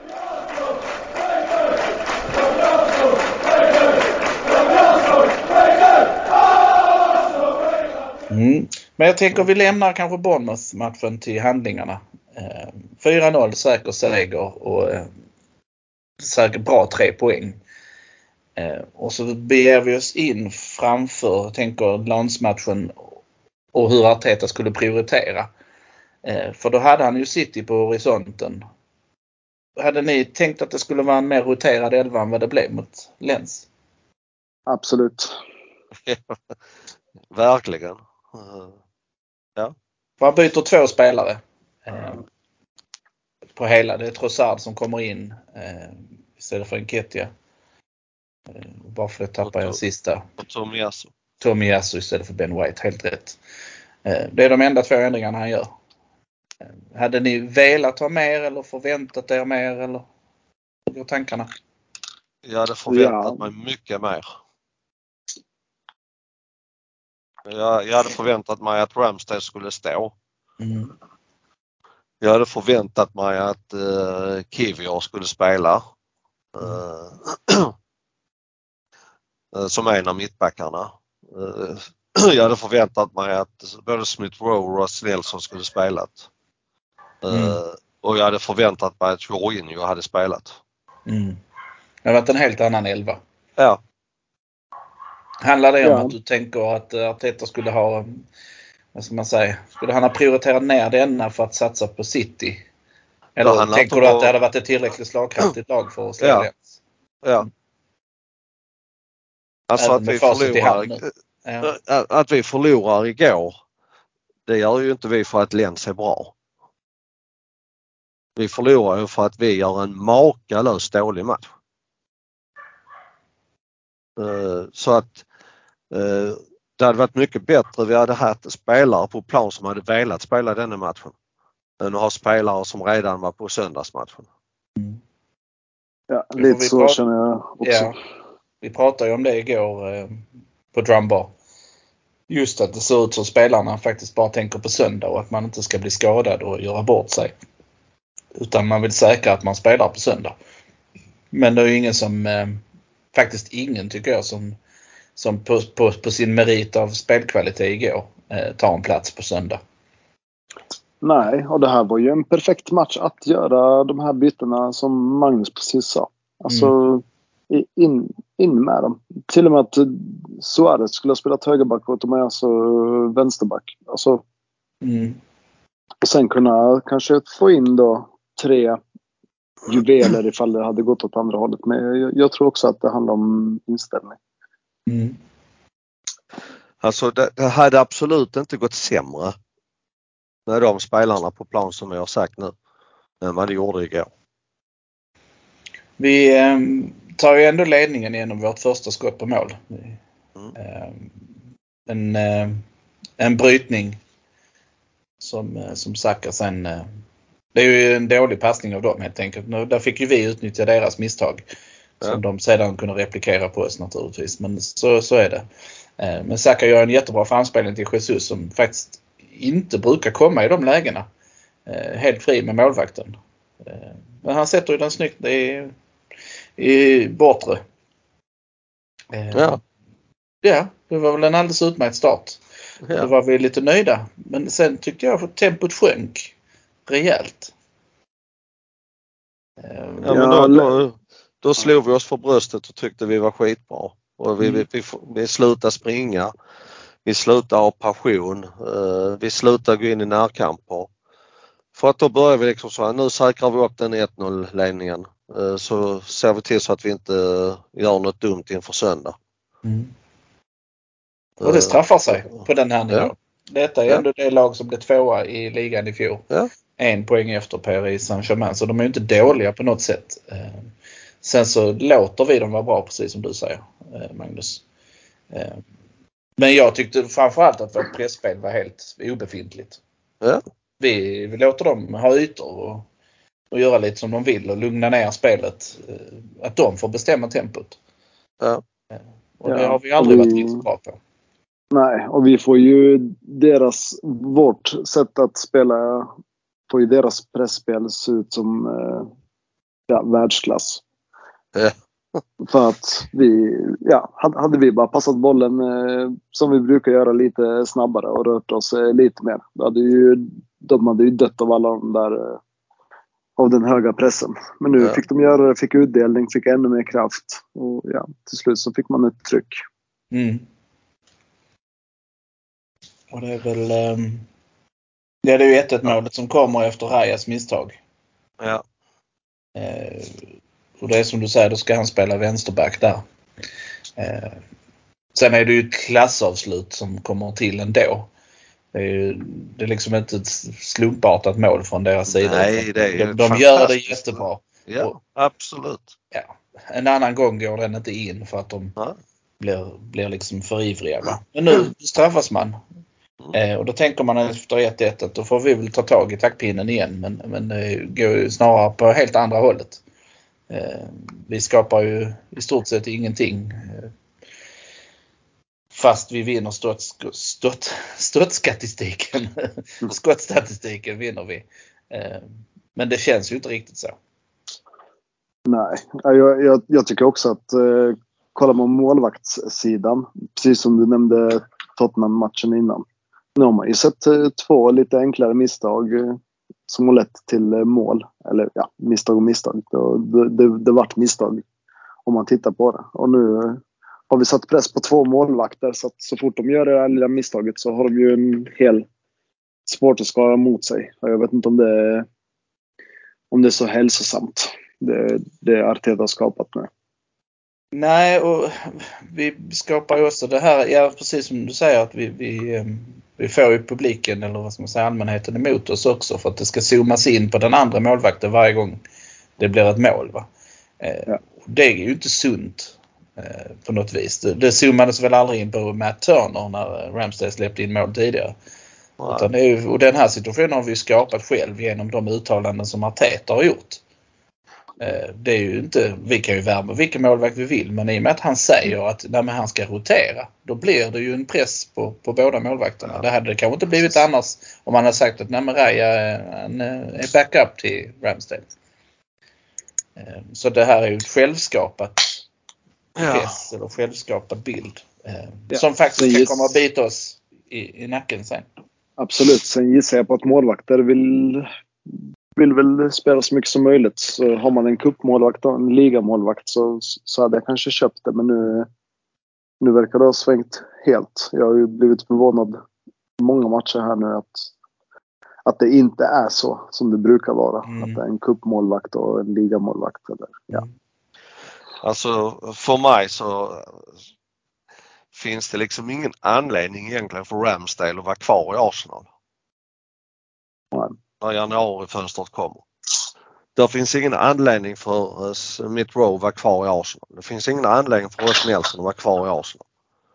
Men jag tänker vi lämnar kanske Bournemouth-matchen till handlingarna. 4-0 säker seger och säkert bra 3 poäng. Och så beger vi oss in framför, tänker landsmatchen och hur Arteta skulle prioritera. För då hade han ju City på horisonten. Hade ni tänkt att det skulle vara en mer roterad elva än vad det blev mot Lens? Absolut. Verkligen. Ja. Man byter 2 spelare på hela. Det är Trossard som kommer in istället för Nketiah. Bara för att tappa en sista. Tomiyasu istället för Ben White, helt rätt. Det är de enda 2 ändringarna han gör. Hade ni velat ha mer eller förväntat er mer eller hur går tankarna? Jag hade förväntat mig mycket mer. Jag hade förväntat mig att Ramsdale skulle stå. Jag hade förväntat mig att Kivior skulle spela. Som en av mittbackarna. Jag hade förväntat mig att både Smith Rowe och Ross Nelson skulle spelat. Och jag hade förväntat mig att Jorginho hade spelat. Det har varit en helt annan elva. Ja. Handlar det om att du tänker att Arteta skulle ha, vad ska man säga, skulle han ha prioriterat ner denna för att satsa på City? Eller tänker du att det hade varit ett tillräckligt slagkraftigt lag för att slå Lens? Ja. Alltså att vi förlorar igår, det gör ju inte vi för att Lens är bra. Vi förlorar ju för att vi gör en makalös dålig match. Så att det hade varit mycket bättre vi hade haft spelare på plan som hade velat spela denna matchen. Än att ha spelare som redan var på söndagsmatchen. Ja, lite så känner jag också. Ja, vi pratade ju om det igår på Drumbar. Just att det ser ut som spelarna faktiskt bara tänker på söndag och att man inte ska bli skadad och göra bort sig. Utan man vill säkra att man spelar på söndag. Men det är ju ingen som, faktiskt ingen tycker jag som på sin merit av spelkvalitet igår tar en plats på söndag. Nej, och det här var ju en perfekt match att göra de här bytena som Magnus precis sa. Alltså in med dem. Till och med att Suarez skulle ha spelat högerback och Tomas vänsterback. Alltså, och sen kunna kanske få in då 3 juveler ifall det hade gått åt andra hållet. Men jag tror också att det handlar om inställning. Alltså det hade absolut inte gått sämre med de spelarna på plan som jag har sagt nu än vad det gjorde igår. Vi tar ju ändå ledningen genom vårt första skott på mål. En brytning som Saka sen... Det är ju en dålig passning av dem helt enkelt. Där fick ju vi utnyttja deras misstag. Som de sedan kunde replikera på oss naturligtvis. Men så är det. Men Saka gör en jättebra framspelning till Jesus som faktiskt inte brukar komma i de lägena. Helt fri med målvakten. Men han sätter ju den snyggt i bortre. Ja, det var väl en alldeles utmärkt start. Ja. Då var vi lite nöjda. Men sen tyckte jag att tempot sjönk rejält. Ja, men då slog vi oss för bröstet och tyckte vi var skitbra. Och vi slutade springa. Vi slutade ha passion. Vi slutade gå in i närkamper. För att då börjar vi liksom så här, nu säkrar vi upp den 1-0-ledningen. Så ser vi till så att vi inte gör något dumt inför söndag. Och det straffar sig på den här nivån. Detta är ändå det lag som blev 2:a i ligan i fjol. 1 poäng efter Paris Saint-Germain. Så de är ju inte dåliga på något sätt. Sen så låter vi dem vara bra, precis som du säger, Magnus. Men jag tyckte framförallt att vårt pressspel var helt obefintligt. Vi låter dem ha ytor och göra lite som de vill och lugna ner spelet. Att de får bestämma tempot. Och det har vi aldrig varit riktigt bra på. Nej, och vi får ju vårt sätt att spela, får ju deras pressspel se ut som världsklass. För att hade vi bara passat bollen som vi brukar göra lite snabbare och rört oss lite mer. De hade ju dött av alla de där av den höga pressen. Men nu fick utdelning, fick ännu mer kraft och till slut så fick man ett tryck. Och det är väl det är ju 1-1 målet som kommer efter Rajas misstag. Och det är som du säger, då ska han spela vänsterback där. Sen är det ju ett klassavslut som kommer till ändå. Det är liksom inte ett slumpartat mål från deras sida. Nej, det är de gör det jättebra. Ja, absolut. Ja. En annan gång går den inte in för att de blir liksom för ivriga. Va? Men nu straffas man. Och då tänker man efter 1-1 att då får vi väl ta tag i taktpinnen igen. Men det går ju snarare på helt andra hållet. Vi skapar ju i stort sett ingenting. Fast vi vinner skottstatistiken. Skottstatistiken vinner vi. Men det känns ju inte riktigt så. Nej, jag tycker också att kollar man målvaktssidan, precis som du nämnde Tottenham-matchen innan. Nu har man ju sett 2 lite enklare misstag som har lett till mål. Eller misstag och misstag. Det vart misstag om man tittar på det. Och nu har vi satt press på 2 målvakter så att så fort de gör det här lilla misstaget så har de ju en hel supporterskara mot sig. Och jag vet inte om det är så hälsosamt. Det Arteta har skapat nu. Nej, och vi skapar ju också det här, precis som du säger, att vi får ju publiken, eller vad ska man säga, allmänheten emot oss också för att det ska zoomas in på den andra målvakten varje gång det blir ett mål. Va? Det är ju inte sunt på något vis. Det zoomades väl aldrig in på Matt Turner när Ramsdale släppte in mål tidigare. Utan och den här situationen har vi skapat själv genom de uttalanden som Arteta har gjort. Det är ju inte, vi kan ju värma vilken målvakt vi vill, men i och med att han säger att när han ska rotera, då blir det ju en press på båda målvakterna. Ja. Det hade kanske inte blivit annars om man hade sagt att Raya är backup till Ramsdale. Så det här är ju ett självskapat press eller självskapad bild som faktiskt kan komma att bita oss i nacken sen. Absolut, sen gissar jag på att målvakter vill väl spela så mycket som möjligt. Så har man en cupmålvakt och en ligamålvakt så hade jag kanske köpt det. Men nu verkar det ha svängt helt. Jag har ju blivit förvånad många matcher här nu att det inte är så som det brukar vara. Att det är en cupmålvakt och en ligamålvakt. Eller, ja. Alltså för mig så finns det liksom ingen anledning egentligen för Ramsdale att vara kvar i Arsenal. Nej. När januarifönstret kommer. Det finns ingen anledning för Smith Rowe att vara kvar i Arsenal. Det finns ingen anledning för Ross Nelson att vara kvar i Arsenal.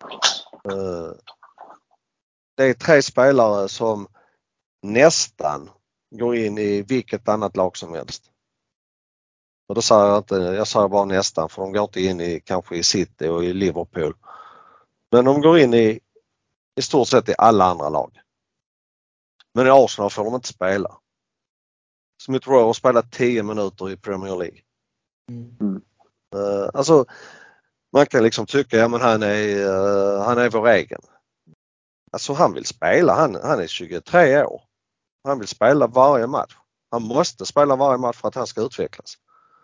Det är 3 spelare som nästan går in i vilket annat lag som helst. Och då säger jag inte, jag säger bara nästan, för de går inte in i kanske i City och i Liverpool. Men de går in i stort sett i alla andra lag. Men i Arsenal får de inte spela. Smith Rowe har spelat 10 minuter i Premier League. Alltså man kan liksom tycka ja men han är vår egen. Alltså han vill spela, han är 23 år. Han vill spela varje match. Han måste spela varje match för att han ska utvecklas.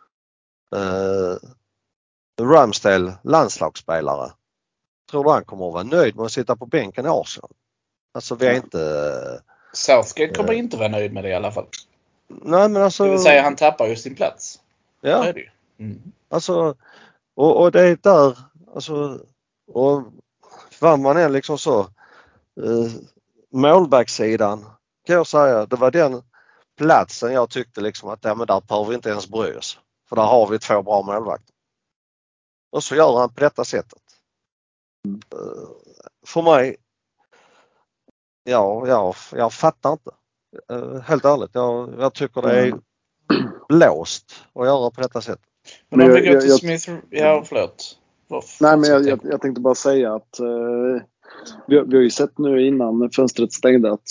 Ramsdale, landslagsspelare. Tror du han kommer att vara nöjd med att sitta på bänken i Arsenal? Alltså vi är inte... Southgate kommer inte vara nöjd med det i alla fall. Nej men alltså... Det vill säga han tappar ju sin plats. Ja. Det är det ju. Alltså, och det är där, alltså, och vad man är liksom så, målbackssidan kan jag säga, det var den platsen jag tyckte liksom att ja, men där behöver vi inte ens bry oss. För där har vi 2 bra målvakter. Och så gör han på detta sättet. För mig, jag fattar inte. Helt ärligt, jag tycker det är blåst att göra på detta sättet. Men om vi går till Smith... Ja, förlåt. Nej, men jag tänkte bara säga att vi har ju sett nu innan fönstret stängde att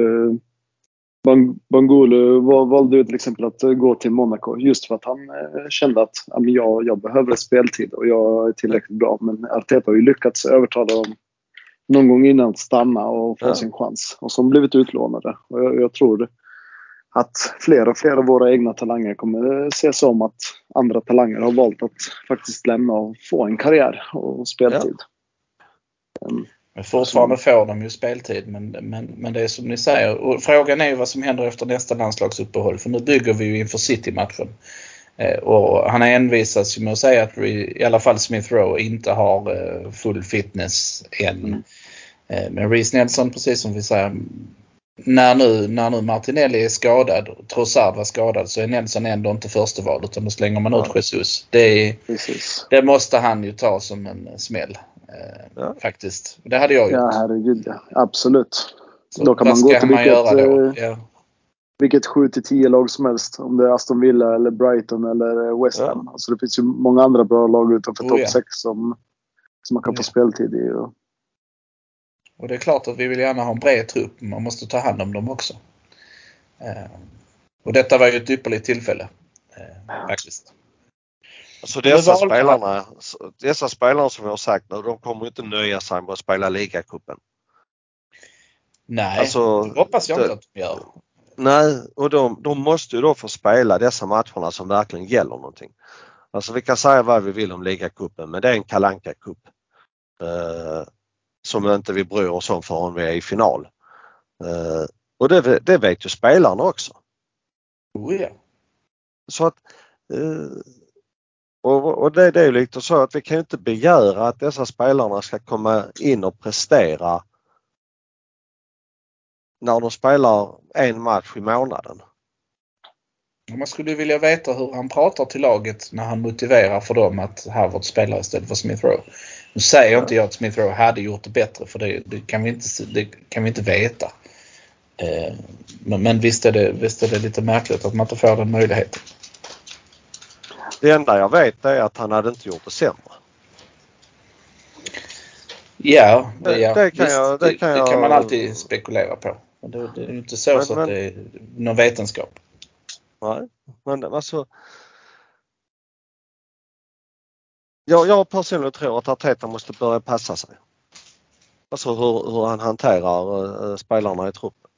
Bangolo valde till exempel att gå till Monaco just för att han kände att jag behöver speltid och jag är tillräckligt bra. Men Arteta har ju lyckats övertala dem någon gång innan att stanna och få sin chans. Och som blivit utlånade. Och jag tror att fler och fler av våra egna talanger kommer se som att andra talanger har valt att faktiskt lämna och få en karriär och speltid. Men fortfarande får de ju speltid, men det är som ni säger. Och frågan är ju vad som händer efter nästa landslagsuppehåll. För nu bygger vi ju inför City-matchen. Och han envisas ju med att säga att i alla fall Smith Rowe inte har full fitness än. Men Reece Nelson, precis som vi säger, när nu Martinelli är skadad och Trossard var skadad, så är Nelson ändå inte första val, utan då slänger man ut Jesus. Det måste han ju ta som en smäll. Faktiskt. Det hade jag gjort. Ja, herregud. Ja. Absolut. Så då kan man gå till vilket 7-10 lag som helst. Om det är Aston Villa eller Brighton eller West Ham. Ja. Alltså det finns ju många andra bra lag utanför topp 6 som man kan få speltid i. Och det är klart att vi vill gärna ha en bred trupp. Man måste ta hand om dem också. Och detta var ju ett ypperligt tillfälle. Faktiskt. Alltså dessa spelarna som jag har sagt nu, de kommer inte nöja sig med att spela ligacupen. Nej, alltså, det hoppas jag inte att de gör. Nej, och de måste ju då få spela dessa matcherna som verkligen gäller någonting. Alltså vi kan säga vad vi vill om ligacupen, men det är en Kalle Anka-cup. Som inte vi bryr oss om förrän vi är i final. Och det vet ju spelarna också. Ja. Så att och det är ju lite så att vi kan ju inte begära att dessa spelarna ska komma in och prestera när de spelar en match i månaden. Man skulle vilja veta hur han pratar till laget när han motiverar för dem att Harvard spelar istället för Smith Rowe. Nu säger inte jag att Smith Rowe hade gjort det bättre, för det kan vi inte veta. Men visst är det lite märkligt att man inte får den möjligheten. Det enda jag vet är att han hade inte gjort det sämre. Ja, det kan man alltid spekulera på. Det är ju inte så att det är någon vetenskap. Nej, men alltså... Jag personligen tror att Arteta måste börja passa sig. Alltså hur han hanterar spelarna i truppen.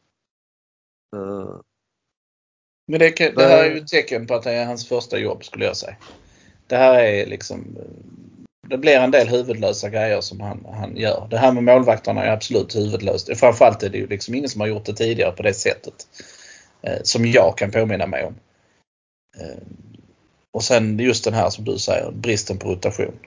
Men det här är ju ett tecken på att det är hans första jobb, skulle jag säga. Det här är liksom... Det blir en del huvudlösa grejer som han gör. Det här med målvakterna är absolut huvudlöst. Framförallt är det ju liksom ingen som har gjort det tidigare på det sättet. Som jag kan påminna mig om. Och sen just den här som du säger, bristen på rotation.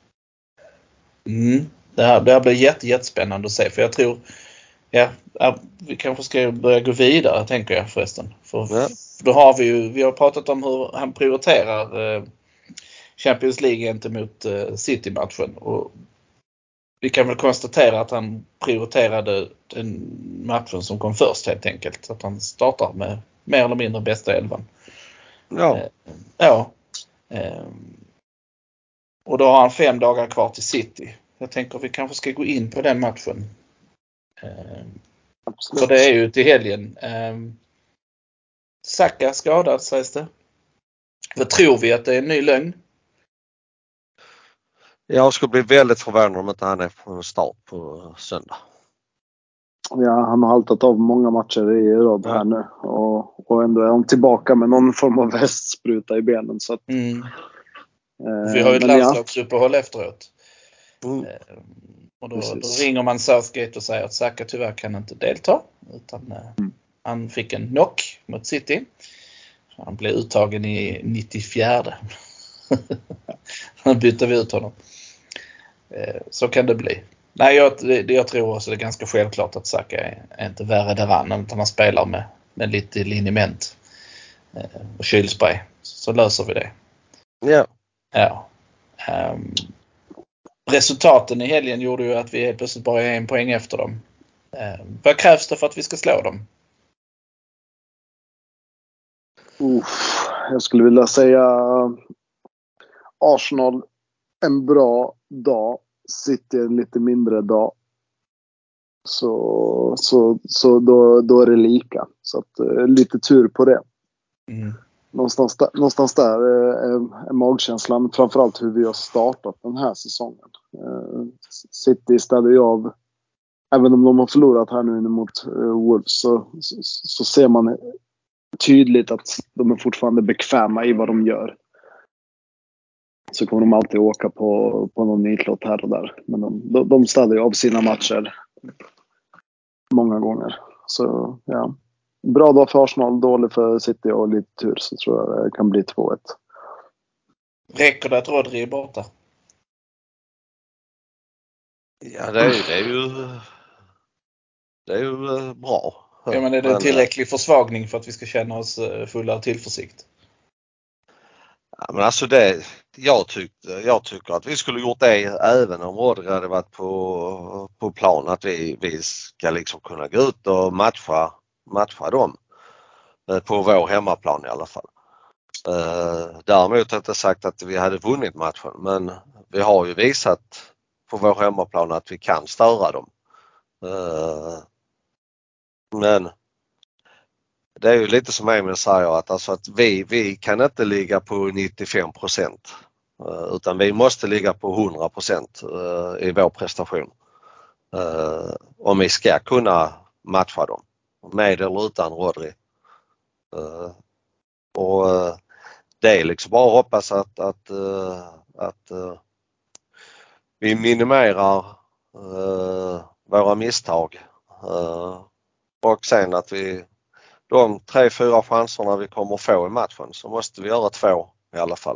Det här blir jättespännande att se. För jag tror, vi kanske ska börja gå vidare, tänker jag förresten. För då har vi har pratat om hur han prioriterar Champions League gentemot City-matchen. Och vi kan väl konstatera att han prioriterade den matchen som kom först, helt enkelt. Att han startar med mer eller mindre bästa elvan. Och då har han 5 dagar kvar till City. Jag tänker vi kanske ska gå in på den matchen. För det är ju till helgen. Saka skadad, sägs det. Vad tror vi att det är en ny lögn? Jag skulle bli väldigt förvånad om inte han är på start på söndag. Ja, han har haltat av många matcher i rad här nu. Och ändå är han tillbaka med någon form av västspruta i benen. Så att, vi har ju ett landslagsuppehåll efteråt. Och då ringer man Southgate och säger att Saka tyvärr kan inte delta. Utan han fick en knock mot City. Han blev uttagen i 94. Han bytte vi ut honom. Så kan det bli. Nej, jag tror också det är ganska självklart att Saka är inte värre däran, utan han spelar med lite liniment och kylspray. Så löser vi det. Ja. Resultaten i helgen gjorde ju att vi helt plötsligt bara är 1 poäng efter dem. Vad krävs det för att vi ska slå dem? Jag skulle vilja säga Arsenal en bra dag, City en lite mindre dag. Så då är det lika. Så att lite tur på det. Någonstans där är magkänslan, framförallt hur vi har startat den här säsongen. City ställer ju av, även om de har förlorat här nu mot Wolves, så ser man tydligt att de är fortfarande bekväma i vad de gör. Så kommer de alltid åka på någon nitlott här och där. Men de ställer ju av sina matcher många gånger. Så ja, bra dag för Arsenal, dålig för City och lite tur, så tror jag det kan bli 2-1. Räcker det att Rodri är borta? Ja, det är ju bra. Ja, men är det en tillräcklig försvagning för att vi ska känna oss fulla av tillförsikt? Ja, men alltså jag tycker att vi skulle gjort det även om Rodri hade varit på plan, att vi ska liksom kunna gå ut och matcha dem på vår hemmaplan i alla fall. Däremot har jag inte sagt att vi hade vunnit matchen, men vi har ju visat på vår hemmaplan att vi kan störa dem. Men det är ju lite som Emil säger, att vi kan inte ligga på 95%, utan vi måste ligga på 100% i vår prestation om vi ska kunna matcha dem, med eller utan Rodri. Och det är liksom bara att hoppas att vi minimerar våra misstag och sen att vi de 3-4 chanserna vi kommer få i matchen, så måste vi göra 2 i alla fall.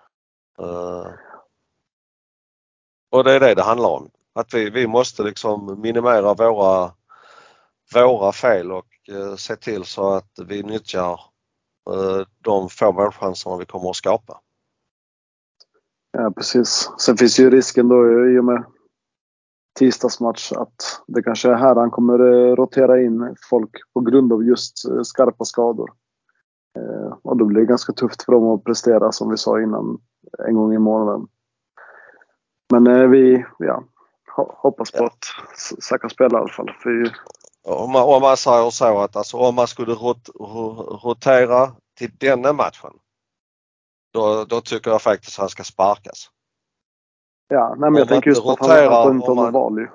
Och det är det handlar om. Att vi måste liksom minimera våra fel och se till så att vi nyttjar de få målchanserna vi kommer att skapa. Ja, precis. Sen finns ju risken då i och med tisdagsmatch att det kanske är här han kommer rotera in folk på grund av just skarpa skador. Och då blir det ganska tufft för dem att prestera, som vi sa innan, en gång i månaden. Men vi hoppas på att Saka spelar i alla fall. För om man säger så att alltså, om man skulle rotera till denna matchen, då tycker jag faktiskt att han ska sparkas. Ja, nej, men jag tänker just på att han inte har något val ju.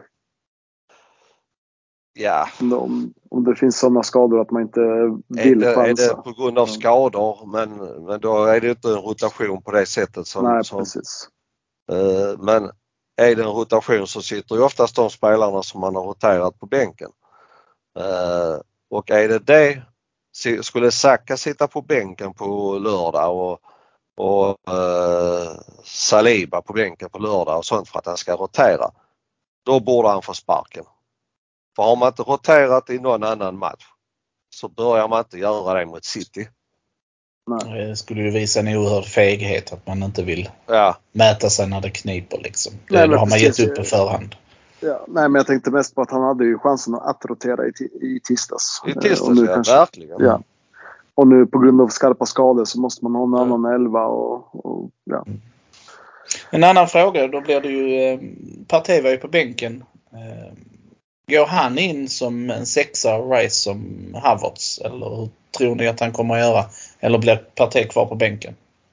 Ja. Om det finns sådana skador att man inte vill chansa. Är det på grund av skador, men då är det inte en rotation på det sättet som... Nej, precis. Men är det en rotation så sitter ju oftast de spelarna som man har roterat på bänken. Och är det skulle Saka sitta på bänken på lördag och Saliba på bänken på lördag och sånt för att han ska rotera, då borde han få sparken. För har man inte roterat i någon annan match så börjar man inte göra det mot City. Nej. Det skulle ju visa en oerhörd feghet att man inte vill mäta sig när det kniper liksom. Nej, då har man gett upp på förhand. Ja, nej, men jag tänkte mest på att han hade ju chansen att rotera i tisdags. I tisdags, verkligen. Ja. Och nu på grund av skarpa skador så måste man ha en annan 11 och ja. En annan fråga, då blir det ju Partey var ju på bänken. Går han in som en sexa och Rice som Havertz? Eller hur tror ni att han kommer att göra? Eller blir Partey kvar på bänken?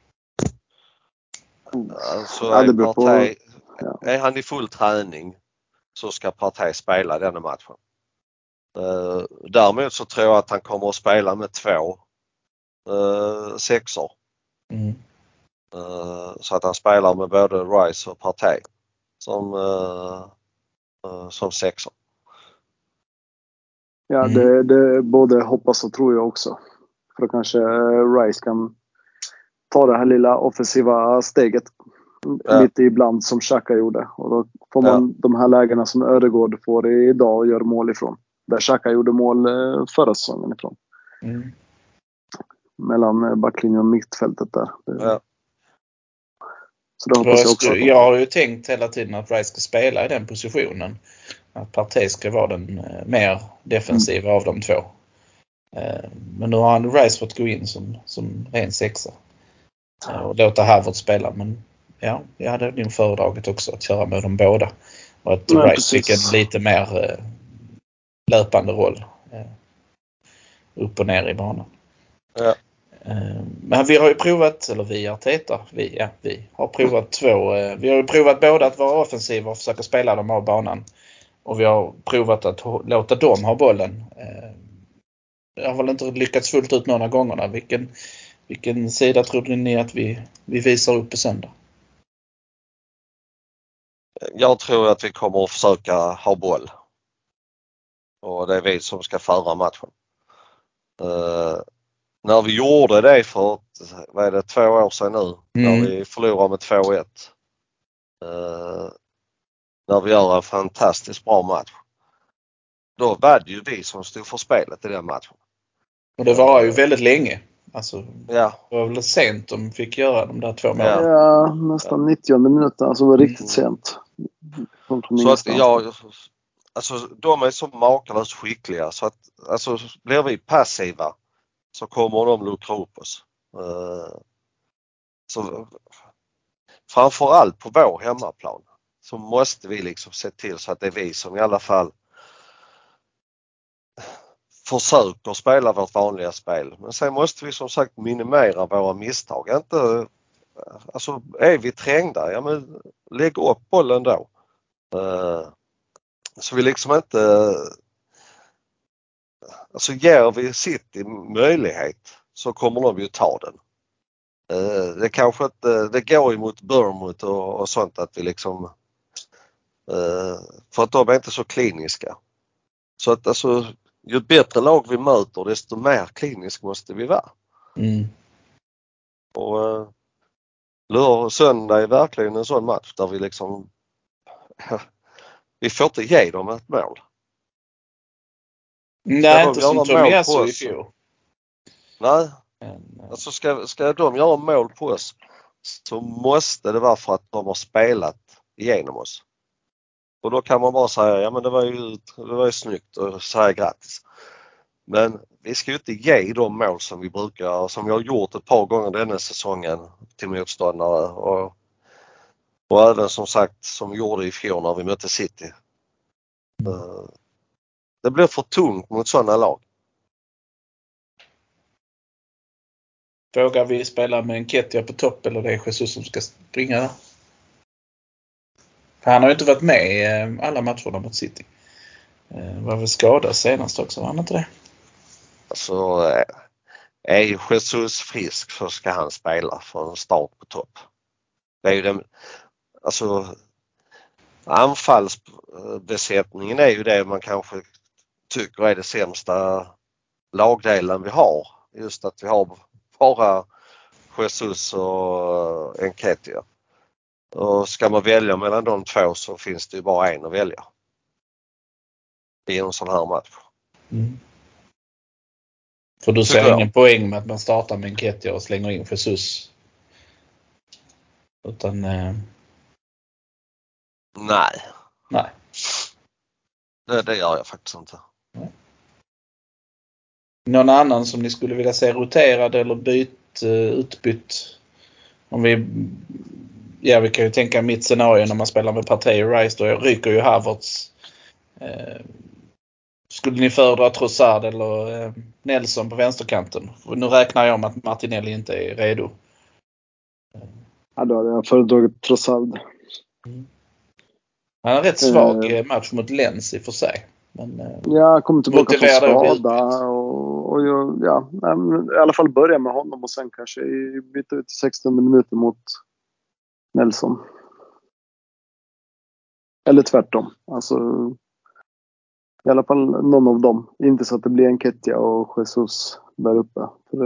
Alltså, är han i full träning så ska Partey spela denna matchen. Däremot så tror jag att han kommer att spela med 2 sexor. Så att han spelar med både Rice och Partey som sexor. Ja, det både hoppas och tror jag också. För då kanske Rice kan ta det här lilla offensiva steget lite ibland som Xhaka gjorde. Och då får man de här lägena som Ödegård får idag och gör mål ifrån. Där Xhaka gjorde mål förra säsongen ifrån. Mellan backlinjen och mittfältet där. Så det hoppas jag också. Jag har ju tänkt hela tiden att Rice ska spela i den positionen. Att Partey ska vara den mer defensiva av de två. Men nu har han Rice fått gå in som ren sexa. Och låta Havertz spela. Men ja, jag hade nog föredragit också att köra med dem båda. Och att Rice fick en lite mer löpande roll. Upp och ner i banan. Ja. Men vi har ju provat, eller vi har provat vi har ju provat både att vara offensiva och försöka spela dem av banan. Och vi har provat att låta dem ha bollen. Jag har väl inte lyckats fullt ut några gångerna. Vilken sida trodde ni att vi visar upp på söndag? Jag tror att vi kommer att försöka ha boll. Och det är vi som ska föra matchen. När vi gjorde det för 2 år sedan nu, när vi förlorade med 2-1. När vi gör en fantastiskt bra match. Då var det ju vi som stod för spelet i den matchen. Och det var ju väldigt länge. Alltså, det var väl sent de fick göra de där 2 målen. Ja, nästan 90 minuter. Alltså det var riktigt sent. Så att de är så makalöst skickliga så att alltså, blir vi passiva så kommer de luckra upp oss. Så framförallt på vår hemmaplan så måste vi liksom se till så att det är vi som i alla fall försöker spela vårt vanliga spel. Men sen måste vi som sagt minimera våra misstag. Alltså är vi trängda, men lägg upp bollen då. Så vi liksom inte... Alltså ger vi City möjlighet så kommer de ju ta den. Det kanske inte... Det går emot Bournemouth och sånt att vi liksom... För att de är inte så kliniska. Så att alltså... Ju bättre lag vi möter desto mer klinisk måste vi vara. Och söndag är verkligen en sån match där vi liksom vi får inte ge dem ett mål. Nej, inte som Tomiyasu i fjol. Nej. Alltså ska de göra mål på oss så måste det vara för att de har spelat igenom oss. Och då kan man bara säga, men det var ju snyggt och säga grattis. Men vi ska ju inte ge de mål som vi brukar, som vi har gjort ett par gånger denna säsongen till motståndare och även som sagt som vi gjorde i fjol när vi mötte City. Det blir för tungt mot sådana lag. Vågar vi spela med en Ketia på topp eller det är Jesus som ska springa där? För han har ju inte varit med i alla matcherna mot City. Var väl skadad senast också, var han inte det? Alltså är Jesus frisk så ska han spela för en start på topp. Det är ju den, alltså anfallsbesättningen är ju det man kanske tycker är det sämsta lagdelen vi har. Just att vi har bara Jesus och Nketiah. Och ska man välja mellan de två så finns det ju bara en att välja. I en sån här match. Mm. För du ser ingen poäng med att man startar med Nketiah och slänger in Jesus? Utan... Nej. Nej. Det gör jag faktiskt inte. Nej. Någon annan som ni skulle vilja se roterad eller utbytt? Om vi kan ju tänka mitt scenario när man spelar med Partey och Rice, då ryker ju Havertz. Skulle ni föredra Trossard eller Nelson på vänsterkanten? För nu räknar jag med att Martinelli inte är redo. Ja, då hade jag föredragit Trossard. Han har rätt svag match mot Lens i och för sig. Men, jag kommer tillbaka från skada och i alla fall börja med honom och sen kanske byta ut 16 minuter mot Nelson. Eller tvärtom. Alltså i alla fall någon av dem. Inte så att det blir Nketiah och Jesus där uppe.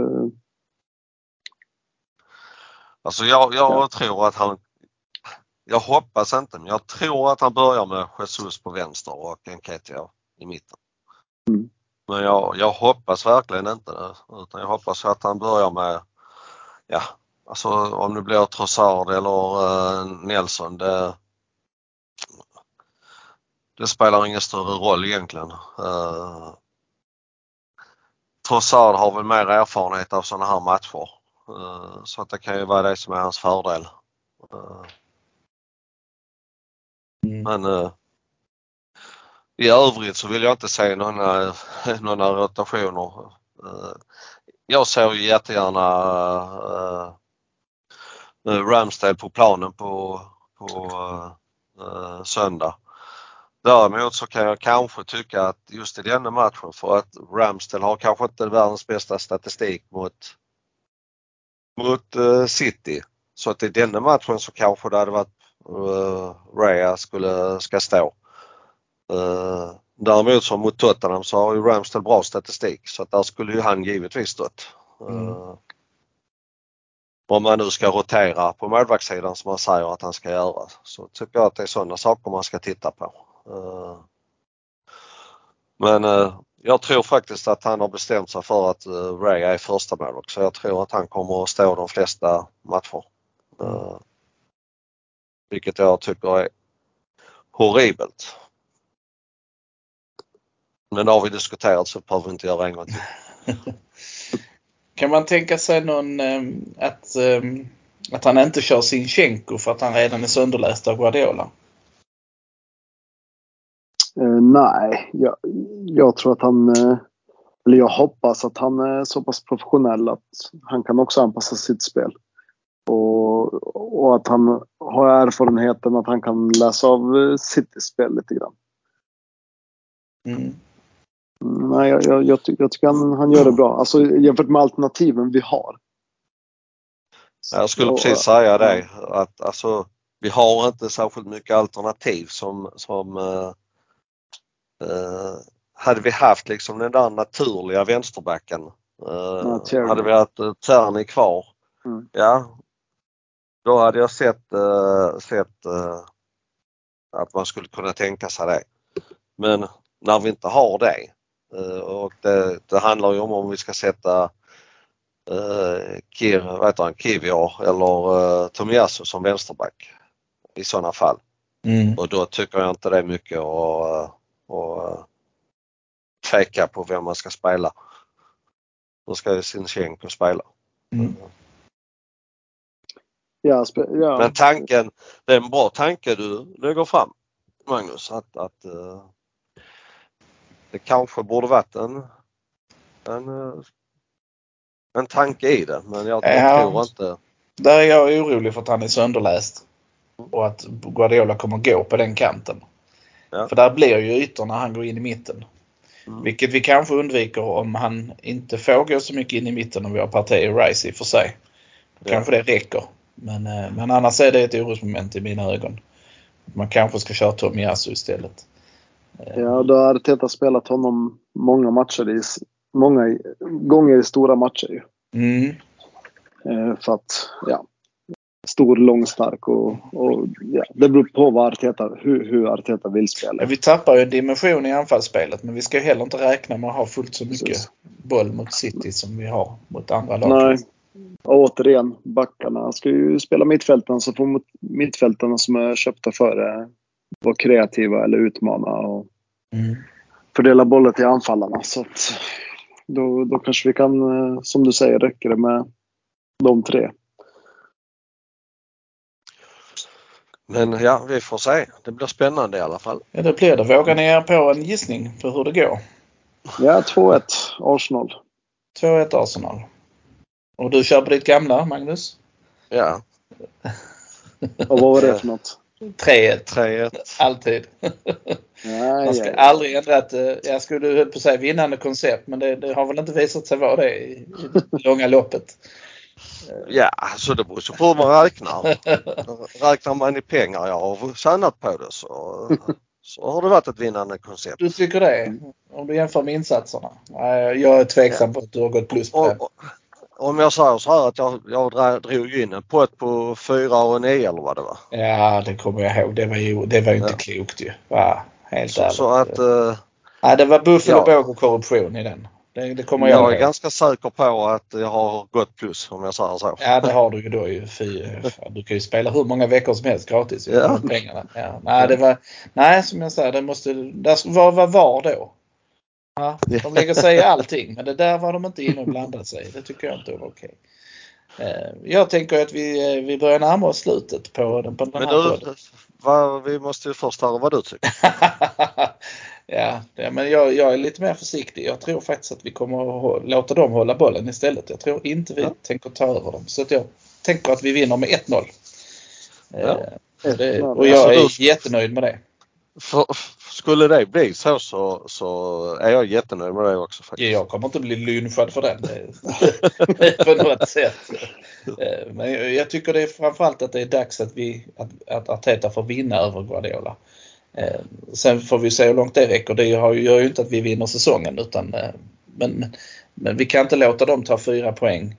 Alltså jag tror att jag hoppas inte, men jag tror att han börjar med Jesus på vänster och Nketiah i mitten. Mm. Men jag hoppas verkligen inte det, utan jag hoppas att han börjar med, alltså om det blir Trossard eller Nelson, det spelar ingen större roll egentligen. Trossard har väl mer erfarenhet av sådana här matcher, så att det kan ju vara det som är hans fördel. Men i övrigt så vill jag inte se några rotationer. Jag ser ju jättegärna Ramsdale på planen på söndag. Däremot så kan jag kanske tycka att just i denna matchen, för att Ramsdale har kanske inte världens bästa statistik mot City. Så att i denna matchen så kanske det hade varit Raya ska stå. Däremot som mot Tottenham så har ju Ramsdale bra statistik, så att där skulle ju han givetvis stått. Om man nu ska rotera på målvaktssidan som man säger att han ska göra, så tycker jag att det är sådana saker man ska titta på. Men jag tror faktiskt att han har bestämt sig för att Ray är första målvakt, så jag tror att han kommer att stå de flesta matcher. Vilket jag tycker är horribelt. Men det har vi diskuterat, så behöver vi inte göra en gång till. Kan man tänka sig att han inte kör Zinchenko för att han redan är sönderläst av Guardiola? Nej, jag tror att eller jag hoppas att han är så pass professionell att han kan också anpassa sitt spel. Och att han har erfarenheten att han kan läsa av sitt spel lite grann. Nej, jag tycker han gör det bra. Alltså jämfört med alternativen vi har. Jag skulle precis säga det, att alltså, vi har inte särskilt mycket alternativ som hade vi haft liksom den där naturliga vänsterbacken, hade vi haft Tierney kvar, då hade jag sett att man skulle kunna tänka sig det. Men när vi inte har det, och det handlar ju om vi ska sätta Kivior eller Tomiyasu som vänsterback i sådana fall. Och då tycker jag inte det är mycket att tveka på vem man ska spela. då ska ju Zinchenko spela. Ja. Men tanken, det är en bra tanke du lägger fram, Magnus, att det kanske borde varit en tanke i det, men jag tror inte. Där är jag orolig för att han är sönderläst och att Guardiola kommer gå på den kanten. Ja. För där blir ju ytorna när han går in i mitten. Vilket vi kanske undviker om han inte får gå så mycket in i mitten om vi har Partey och Rice i för sig. Då kanske det räcker. Men annars är det ett orosmoment i mina ögon. Man kanske ska köra Tomiyasu istället. Ja, då har Arteta spelat honom många gånger i stora matcher. För att, stor, lång, stark och det beror på vad hur Arteta vill spela. Vi tappar ju en dimension i anfallsspelet, men vi ska heller inte räkna med att ha fullt så mycket boll mot City som vi har mot andra lag. Nej. Och återigen, backarna ska ju spela mittfälten, så får mittfältarna som är köpta före vara kreativa eller utmana och fördela bollen till anfallarna. Så att då kanske vi kan, som du säger, räcker det med de tre. Men ja, vi får se. Det blir spännande i alla fall. Ja, det blir det. Vågar ni er på en gissning på hur det går? Ja, 2-1 Arsenal. 2-1 Arsenal. Och du kör på ditt gamla, Magnus? Ja. Och vad var det för något? 3-1. Alltid. Man ska aldrig ändra jag skulle höll på att säga vinnande koncept, men det har väl inte visat sig vara det i långa loppet. Ja, så det beror på hur man räknar. Räknar man i pengar jag har tjänat på det så har det varit ett vinnande koncept. Du tycker det? Om du jämför med insatserna? Jag är tveksam på att du har gått plus på det. Om jag säger så här att jag drog in en pott på 4,9 eller vad det var. Ja, det kommer jag ihåg. Det var ju inte klokt ju. Helt ärligt. Så att... det var buffel och båg och korruption i den. Det kommer jag ihåg. Jag är ganska säker på att jag har gått plus, om jag säger så. Ja, det har du ju då ju. Du kan ju spela hur många veckor som helst gratis. Ja. Pengarna. Ja. Nej, som jag säger, vad var då? Ja, de lägger sig i allting, men det där var de inte inne och blandade sig. Det tycker jag inte var okej. Jag tänker att vi börjar närma oss slutet på den här podden. Vi måste ju först höra vad du tycker. Men jag är lite mer försiktig. Jag tror faktiskt att vi kommer att låta dem hålla bollen istället. Jag tror inte vi tänker ta över dem. Så att jag tänker att vi vinner med 1-0. Och jag är jättenöjd med det. Skulle det bli så är jag jättenöjd med det också faktiskt. Jag kommer inte bli lynchad för den på något sätt. Men jag tycker det är framförallt att det är dags att Arteta får vinna över Guardiola. Sen får vi se hur långt det räcker. Det gör ju inte att vi vinner säsongen, utan men vi kan inte låta dem ta 4 poäng.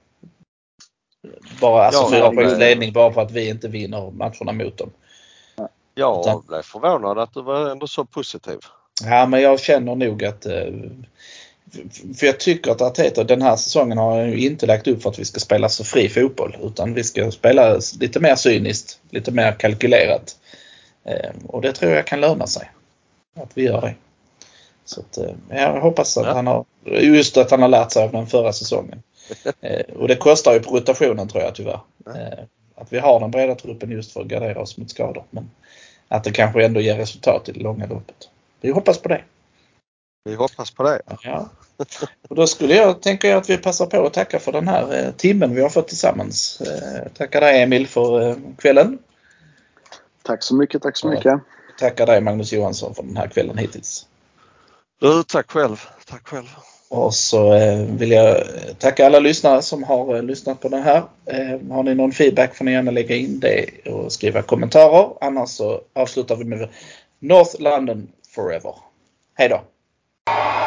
4 poängs ledning bara för att vi inte vinner matcherna mot dem. Jag blev förvånad att du var ändå så positiv. Ja, men jag känner nog att... För jag tycker att Arteta den här säsongen har ju inte lagt upp för att vi ska spela så fri fotboll. Utan vi ska spela lite mer cyniskt, lite mer kalkylerat. Och det tror jag kan löna sig. Att vi gör det. Så att, jag hoppas att han har lärt sig av den förra säsongen. Och det kostar ju på rotationen, tror jag tyvärr. Att vi har den breda truppen just för att gardera oss mot skador. Men att det kanske ändå ger resultat i det långa loppet. Vi hoppas på det. Vi hoppas på det. Ja. Och då tänker jag att vi passar på att tacka för den här timmen vi har fått tillsammans. Tackar dig, Emil, för kvällen. Tack så mycket. Tackar dig, Magnus Johansson, för den här kvällen hittills. Tack själv. Och så vill jag tacka alla lyssnare som har lyssnat på den här. Har ni någon feedback får ni gärna lägga in det och skriva kommentarer. Annars så avslutar vi med North London Forever. Hej då!